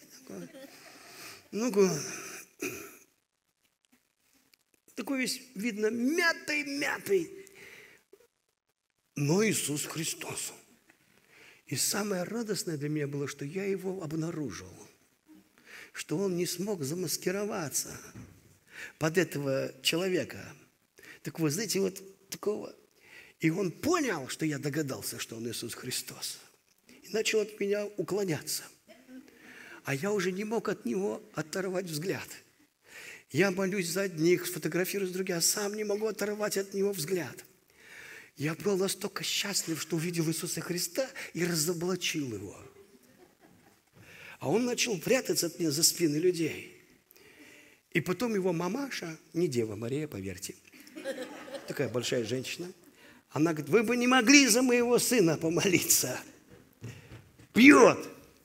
Такой, такой весь, видно, мятый. Но Иисус Христос. И самое радостное для меня было, что я Его обнаружил. Что Он не смог замаскироваться под этого человека. Такого, знаете, вот такого. И он понял, что я догадался, что он Иисус Христос. И начал от меня уклоняться. А я уже не мог от него оторвать взгляд. Я молюсь за одних, сфотографируюсь с другими, а сам не могу оторвать от него взгляд. Я был настолько счастлив, что увидел Иисуса Христа и разоблачил Его. А он начал прятаться от меня за спины людей. И потом его мамаша, не Дева Мария, поверьте, такая большая женщина, она говорит, вы бы не могли за моего сына помолиться. Пьет.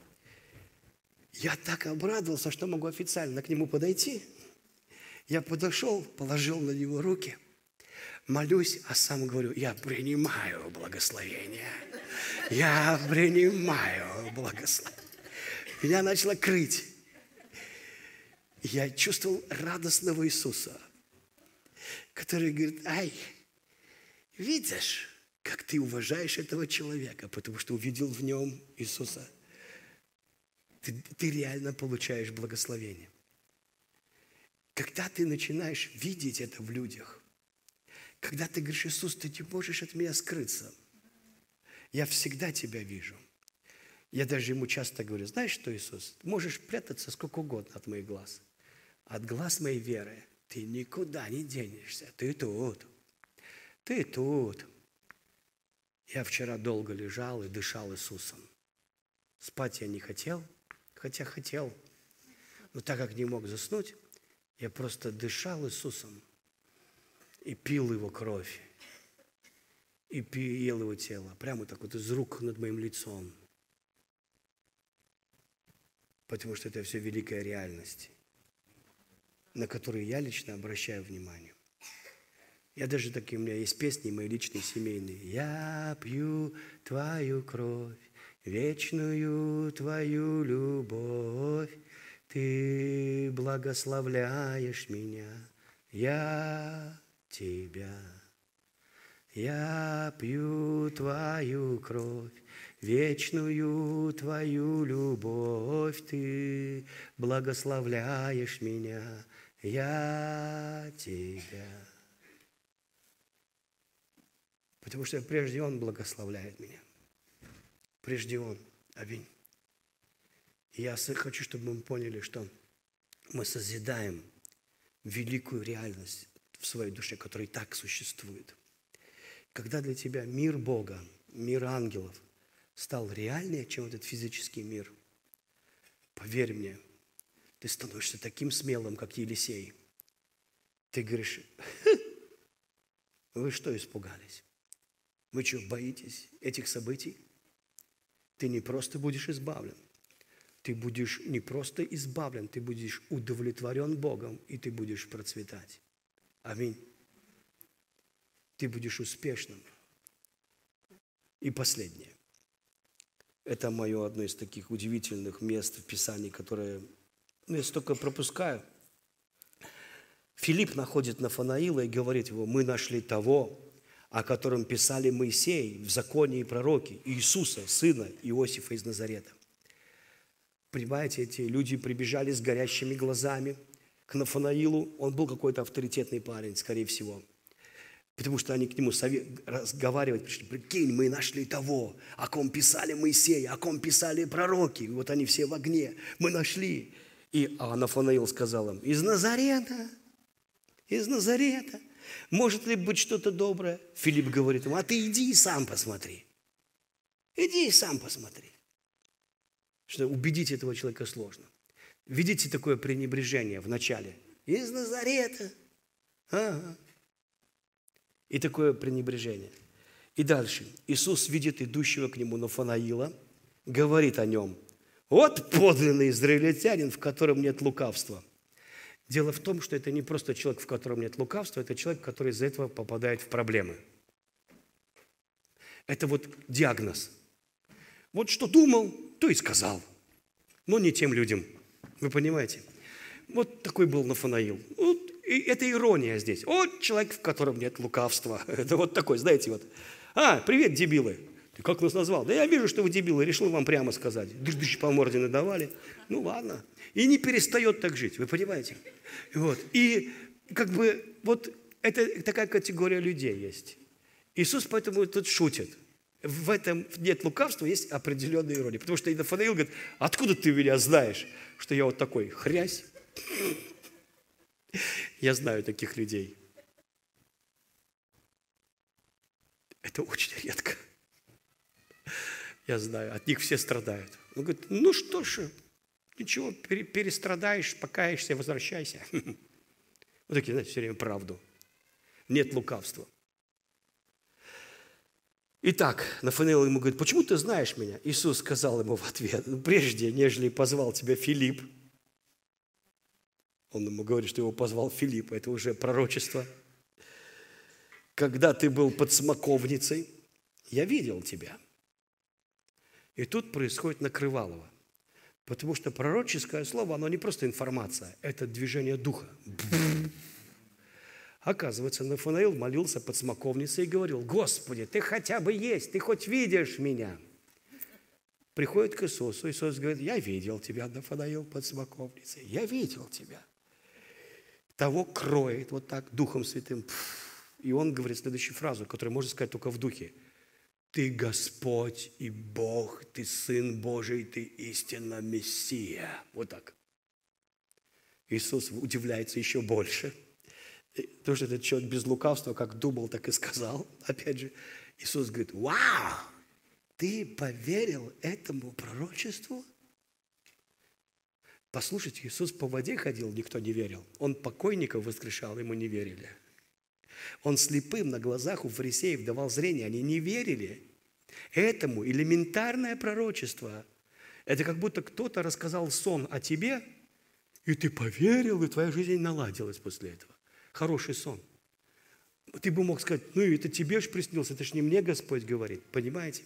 Я так обрадовался, что могу официально к нему подойти. Я подошел, положил на него руки, молюсь, а сам говорю, я принимаю благословение. Я принимаю благословение. Меня начало крыть. Я чувствовал радостного Иисуса, который говорит, ай, видишь, как ты уважаешь этого человека, потому что увидел в нем Иисуса. Ты реально получаешь благословение. Когда ты начинаешь видеть это в людях, Когда ты говоришь: Иисус, ты не можешь от меня скрыться. Я всегда тебя вижу. Я даже ему часто говорю: знаешь что, Иисус, можешь прятаться сколько угодно от моих глаз. От глаз моей веры ты никуда не денешься. Ты тут. Ты тут. Я вчера долго лежал и дышал Иисусом. Спать я не хотел, хотя хотел. Но так как не мог заснуть, я просто дышал Иисусом и пил Его кровь. И ел Его тело. Прямо так вот из рук над моим лицом. Потому что это все великая реальность, на которую я лично обращаю внимание. Я даже такие, у меня есть песни мои личные, семейные. Я пью Твою кровь, вечную Твою любовь. Ты благословляешь меня, я Тебя. Я пью Твою кровь, вечную Твою любовь. Ты благословляешь меня, я Тебя. Потому что прежде Он благословляет меня. Прежде Он. Аминь. И я хочу, чтобы мы поняли, что мы созидаем великую реальность в своей душе, которая и так существует. Когда для тебя мир Бога, мир ангелов стал реальнее, чем этот физический мир, поверь мне, ты становишься таким смелым, как Елисей. Ты говоришь: вы что, испугались? Вы что, боитесь этих событий? Ты не просто будешь избавлен. Ты будешь не просто избавлен, ты будешь удовлетворен Богом, и ты будешь процветать. Аминь. Ты будешь успешным. И последнее. Это мое одно из таких удивительных мест в Писании, которое я столько пропускаю. Филипп находит Нафанаила и говорит ему: мы нашли того, о котором писали Моисей в законе и пророки, Иисуса, сына Иосифа из Назарета. Понимаете, эти люди прибежали с горящими глазами к Нафанаилу. Он был какой-то авторитетный парень, скорее всего. Потому что они к нему разговаривать пришли: прикинь, мы нашли того, о ком писали Моисей, о ком писали пророки. И вот они все в огне. Мы нашли. А Нафанаил сказал им: из Назарета. Из Назарета. Может ли быть что-то доброе? Филипп говорит ему: а ты иди и сам посмотри. Иди и сам посмотри. Что убедить этого человека сложно. Видите такое пренебрежение в начале? Из Назарета. Ага. И такое пренебрежение. И дальше. Иисус видит идущего к нему Нафанаила, говорит о нем: вот подлинный израильтянин, в котором нет лукавства. Дело в том, что это не просто человек, в котором нет лукавства, это человек, который из-за этого попадает в проблемы. Это вот диагноз. Вот что думал, то и сказал. Но не тем людям. Вы понимаете? Вот такой был Нафанаил. Вот, и это ирония здесь. Вот человек, в котором нет лукавства. Это вот такой, знаете, вот. Привет, дебилы. Ты как нас назвал? Да я вижу, что вы дебилы, решил вам прямо сказать. Дыш-дыш по морде надавали. Ну ладно. И не перестает так жить, вы понимаете? Вот. И как бы вот это такая категория людей есть. Иисус поэтому тут шутит. В этом нет лукавства, есть определенная ирония. Потому что Нафанаил говорит: откуда ты меня знаешь, что я вот такой хрясь? Я знаю таких людей. Это очень редко. Я знаю, от них все страдают. Он говорит: ну что ж, ничего, перестрадаешь, покаешься, возвращайся. Вот такие, знаете, все время правду. Нет лукавства. Итак, Нафанаил ему говорит: почему ты знаешь меня? Иисус сказал ему в ответ: прежде, нежели позвал тебя Филипп. Он ему говорит, что его позвал Филипп, это уже пророчество. Когда ты был под смоковницей, я видел тебя. И тут происходит накрывалово. Потому что пророческое слово, оно не просто информация, это движение духа. Оказывается, Нафанаил молился под смоковницей и говорил: Господи, ты хотя бы есть, ты хоть видишь меня. Приходит к Иисусу, Иисус говорит: я видел тебя, Нафанаил, под смоковницей, я видел тебя. Того кроет вот так Духом Святым, И он говорит следующую фразу, которую можно сказать только в духе. Ты Господь и Бог, ты Сын Божий, ты истинно Мессия. Вот так. Иисус удивляется еще больше. То, что этот человек без лукавства, как думал, так и сказал. Опять же, Иисус говорит, вау, ты поверил этому пророчеству? Послушайте, Иисус по воде ходил, никто не верил. Он покойников воскрешал, ему не верили. Он слепым на глазах у фарисеев давал зрение, они не верили. Этому элементарное пророчество. Это как будто кто-то рассказал сон о тебе, и ты поверил, и твоя жизнь наладилась после этого. Хороший сон. Ты бы мог сказать, ну это тебе ж приснился, это ж не мне Господь говорит, понимаете?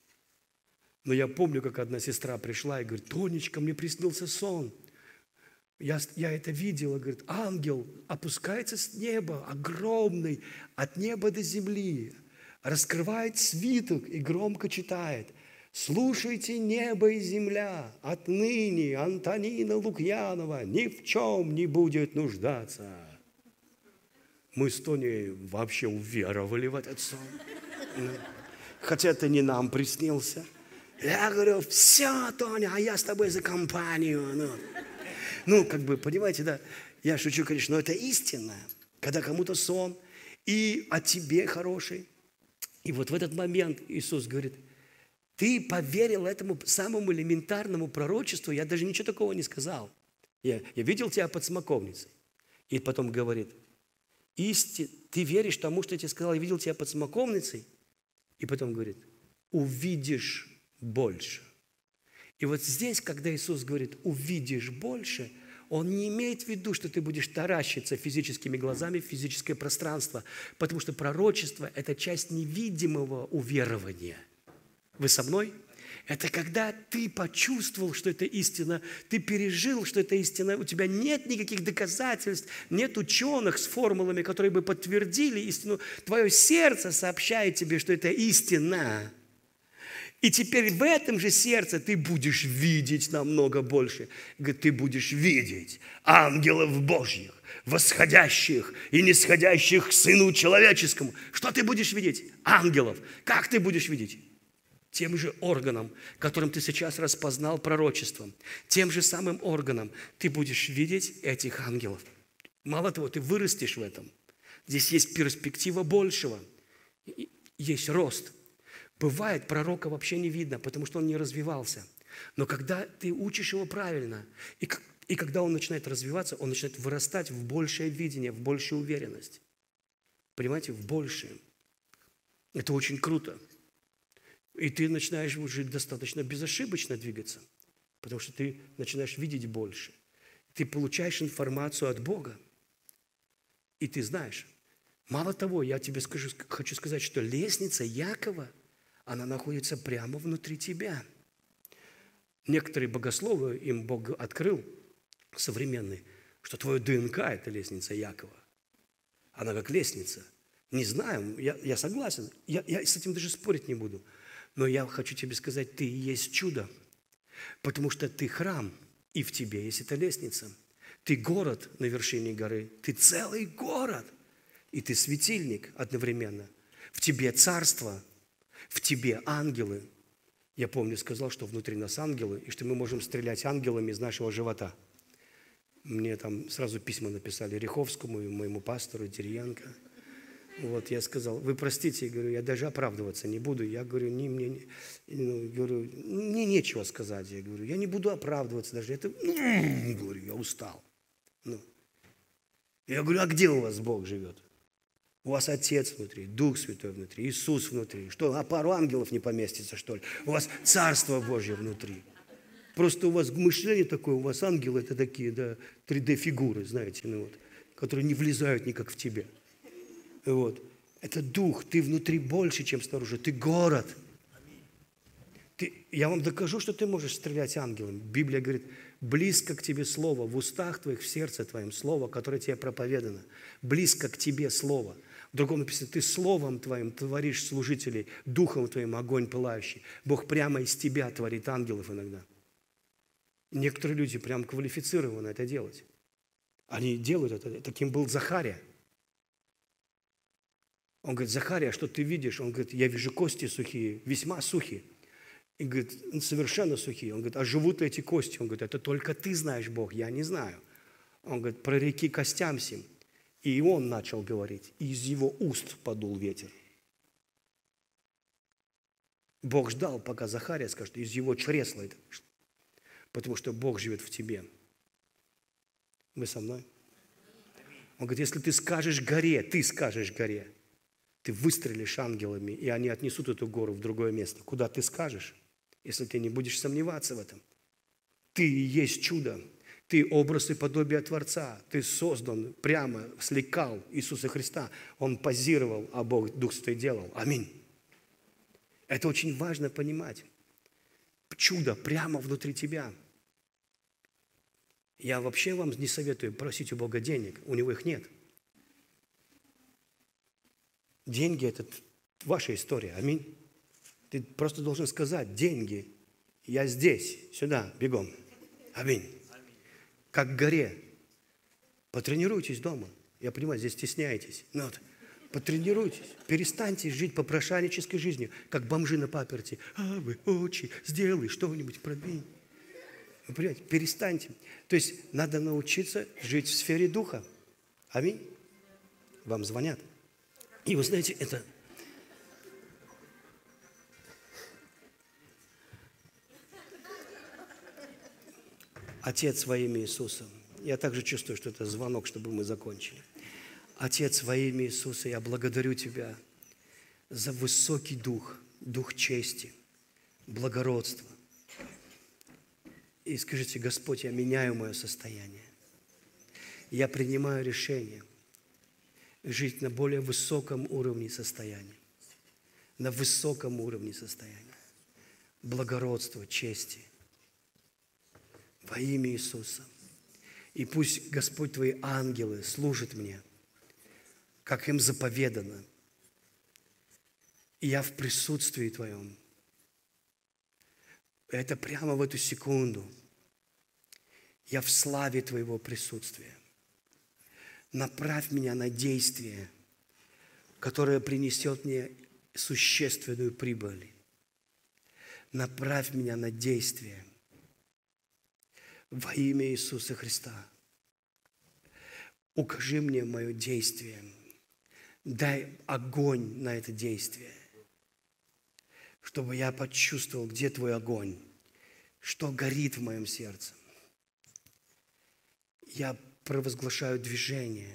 Но я помню, как одна сестра пришла и говорит, Тонечка, мне приснился сон. Я это видела, говорит, ангел опускается с неба, огромный, от неба до земли, раскрывает свиток и громко читает. Слушайте, небо и земля, отныне Антонина Лукьянова ни в чем не будет нуждаться. Мы с Тоней вообще уверовали в этот сон. Хотя это не нам приснился. Я говорю, все, Тоня, а я с тобой за компанию. Ну, как бы, понимаете, да, я шучу, конечно, но это истина, когда кому-то сон, и о тебе хороший. И вот в этот момент Иисус говорит, ты поверил этому самому элементарному пророчеству, я даже ничего такого не сказал. Я видел тебя под смоковницей. И потом говорит, ты веришь тому, что я тебе сказал, я видел тебя под смоковницей? И потом говорит, увидишь больше. И вот здесь, когда Иисус говорит, увидишь больше, Он не имеет в виду, что ты будешь таращиться физическими глазами в физическое пространство, потому что пророчество – это часть невидимого уверования. Вы со мной? Это когда ты почувствовал, что это истина, ты пережил, что это истина, у тебя нет никаких доказательств, нет ученых с формулами, которые бы подтвердили истину. Твое сердце сообщает тебе, что это истина. И теперь в этом же сердце ты будешь видеть намного больше. Говорит, ты будешь видеть ангелов Божьих, восходящих и нисходящих к Сыну Человеческому. Что ты будешь видеть? Ангелов. Как ты будешь видеть? Тем же органом, которым ты сейчас распознал пророчеством. Тем же самым органом ты будешь видеть этих ангелов. Мало того, ты вырастешь в этом. Здесь есть перспектива большего. Есть рост. Бывает, пророка вообще не видно, потому что он не развивался. Но когда ты учишь его правильно, и когда он начинает развиваться, он начинает вырастать в большее видение, в большую уверенность. Понимаете, в большее. Это очень круто. И ты начинаешь уже достаточно безошибочно двигаться, потому что ты начинаешь видеть больше. Ты получаешь информацию от Бога, и ты знаешь. Мало того, я тебе хочу сказать, что лестница Якова, она находится прямо внутри тебя. Некоторые богословы, им Бог открыл, современный, что твое ДНК – это лестница Якова. Она как лестница. Не знаю, я согласен, я с этим даже спорить не буду. Но я хочу тебе сказать, ты и есть чудо, потому что ты храм, и в тебе есть эта лестница. Ты город на вершине горы, ты целый город, и ты светильник одновременно. В тебе царство, в тебе ангелы. Я помню, сказал, что внутри нас ангелы, и что мы можем стрелять ангелами из нашего живота. Мне там сразу письма написали Риховскому и моему пастору Дерьянко. Вот, я сказал, вы простите, я говорю, я даже оправдываться не буду. Я говорю, мне нечего сказать. Я говорю, я не буду оправдываться даже. Говорю, я устал. Я говорю, а где у вас Бог живет? У вас Отец внутри, Дух Святой внутри, Иисус внутри. Что, на пару ангелов не поместится, что ли? У вас Царство Божье внутри. Просто у вас мышление такое, у вас ангелы это такие, да, 3D-фигуры, знаете, которые не влезают никак в тебя. Вот. Это дух, ты внутри больше, чем снаружи. Ты город. Я вам докажу, что ты можешь стрелять ангелами. Библия говорит, близко к тебе слово, в устах твоих, в сердце твоем слово, которое тебе проповедано. Близко к тебе слово. В другом написано, ты словом твоим творишь служителей, духом твоим огонь пылающий. Бог прямо из тебя творит ангелов иногда. Некоторые люди прям квалифицированы это делать. Они делают это. Таким был Захария. Он говорит: Захария, что ты видишь? Он говорит: я вижу кости сухие, весьма сухие. И говорит: совершенно сухие. Он говорит: а живут ли эти кости? Он говорит: это только ты знаешь, Бог, я не знаю. Он говорит: прореки костям сим. И он начал говорить, и из его уст подул ветер. Бог ждал, пока Захария скажет, из его чресла это вышло. Потому что Бог живет в тебе. Вы со мной? Он говорит: если ты скажешь горе, ты выстрелишь ангелами, и они отнесут эту гору в другое место. Куда ты скажешь, если ты не будешь сомневаться в этом? Ты и есть чудо. Ты образ и подобие Творца. Ты создан прямо с лекал Иисуса Христа. Он позировал, а Бог Дух Святой делал. Аминь. Это очень важно понимать. Чудо прямо внутри тебя. Я вообще вам не советую просить у Бога денег. У Него их нет. Деньги – это ваша история. Аминь. Ты просто должен сказать: деньги, я здесь, сюда, бегом. Аминь. Как к горе. Потренируйтесь дома. Я понимаю, здесь стесняетесь. Но вот, потренируйтесь. Перестаньте жить попрошайнической жизнью, как бомжи на паперти. А вы очи, сделай что-нибудь, продвинь. Вы понимаете, перестаньте. То есть надо научиться жить в сфере духа. Аминь. Вам звонят. И вы знаете, это... Отец, во имя Иисуса. Я также чувствую, что это звонок, чтобы мы закончили. Отец, во имя Иисуса, я благодарю Тебя за высокий дух, дух чести, благородства. И скажите: Господь, я меняю мое состояние. Я принимаю решение жить на более высоком уровне состояния. На высоком уровне состояния. Благородства, чести. Во имя Иисуса. И пусть, Господь, Твои ангелы служат мне, как им заповедано. И я в присутствии Твоем. Это прямо в эту секунду. Я в славе Твоего присутствия. Направь меня на действие, которое принесет мне существенную прибыль. Направь меня на действие. Во имя Иисуса Христа. Укажи мне мое действие. Дай огонь на это действие. Чтобы я почувствовал, где Твой огонь. Что горит в моем сердце. Я провозглашаю движение.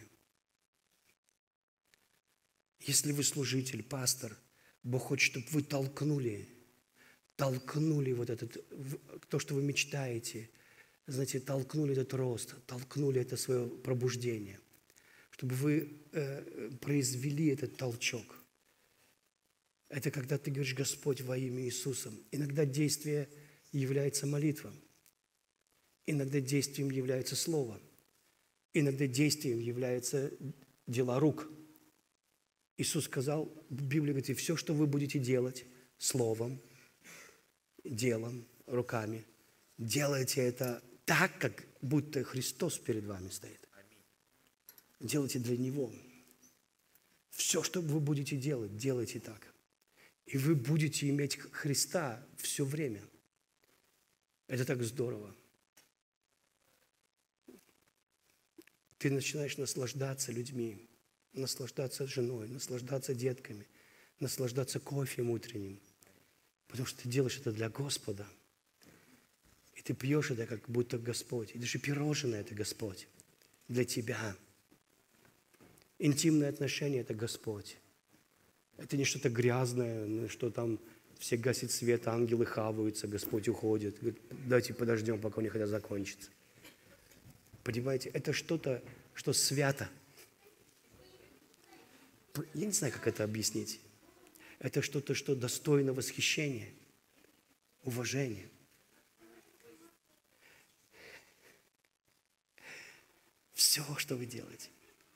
Если вы служитель, пастор, Бог хочет, чтобы вы толкнули вот этот, то, что вы мечтаете, знаете, толкнули этот рост, толкнули это свое пробуждение, чтобы вы произвели этот толчок. Это когда ты говоришь: Господь, во имя Иисуса. Иногда действие является молитва. Иногда действием является слово. Иногда действием являются дела рук. Иисус сказал, в Библии говорит: и все, что вы будете делать словом, делом, руками, делайте это так, как будто Христос перед вами стоит. Делайте для Него. Все, что вы будете делать, делайте так. И вы будете иметь Христа все время. Это так здорово. Ты начинаешь наслаждаться людьми, наслаждаться женой, наслаждаться детками, наслаждаться кофеем утренним. Потому что ты делаешь это для Господа. И ты пьешь это, как будто Господь. И даже пирожное – это Господь. Для тебя. Интимные отношения – это Господь. Это не что-то грязное, что там все гасят свет, ангелы хаваются, Господь уходит. Говорит: давайте подождем, пока у них это закончится. Понимаете, это что-то, что свято. Я не знаю, как это объяснить. Это что-то, что достойно восхищения, уважения. Все, что вы делаете.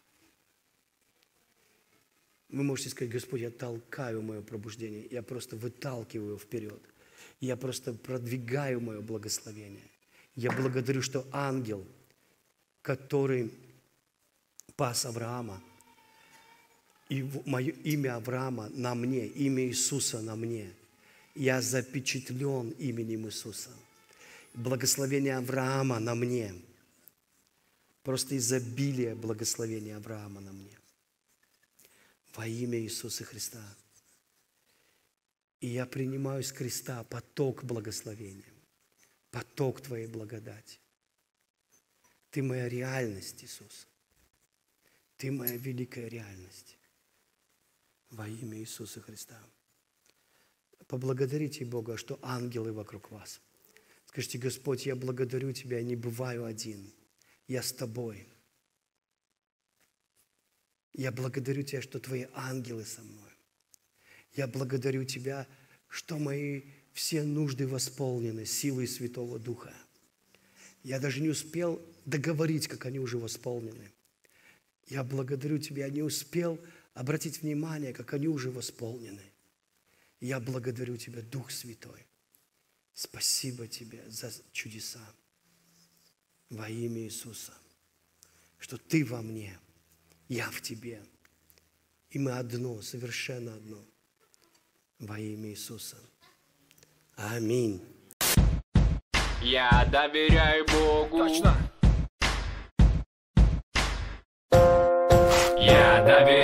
Вы можете сказать: Господь, я толкаю мое пробуждение, я просто выталкиваю его вперед. Я просто продвигаю мое благословение. Я благодарю, что ангел, который пас Авраама, И мое имя Авраама на мне, имя Иисуса на мне. Я запечатлен именем Иисуса. Благословение Авраама на мне. Просто изобилие благословения Авраама на мне. Во имя Иисуса Христа. И я принимаю с креста поток благословения. Поток Твоей благодати. Ты моя реальность, Иисус. Ты моя великая реальность. Во имя Иисуса Христа. Поблагодарите Бога, что ангелы вокруг вас. Скажите: Господь, я благодарю Тебя, я не бываю один. Я с Тобой. Я благодарю Тебя, что Твои ангелы со мной. Я благодарю Тебя, что мои все нужды восполнены силой Святого Духа. Я даже не успел договорить, как они уже восполнены. Я благодарю Тебя, я не успел обратить внимание, как они уже восполнены. Я благодарю Тебя, Дух Святой. Спасибо Тебе за чудеса. Во имя Иисуса. Что Ты во мне, я в Тебе. И мы одно, совершенно одно. Во имя Иисуса. Аминь. Я доверяю Богу. Точно. Я доверяю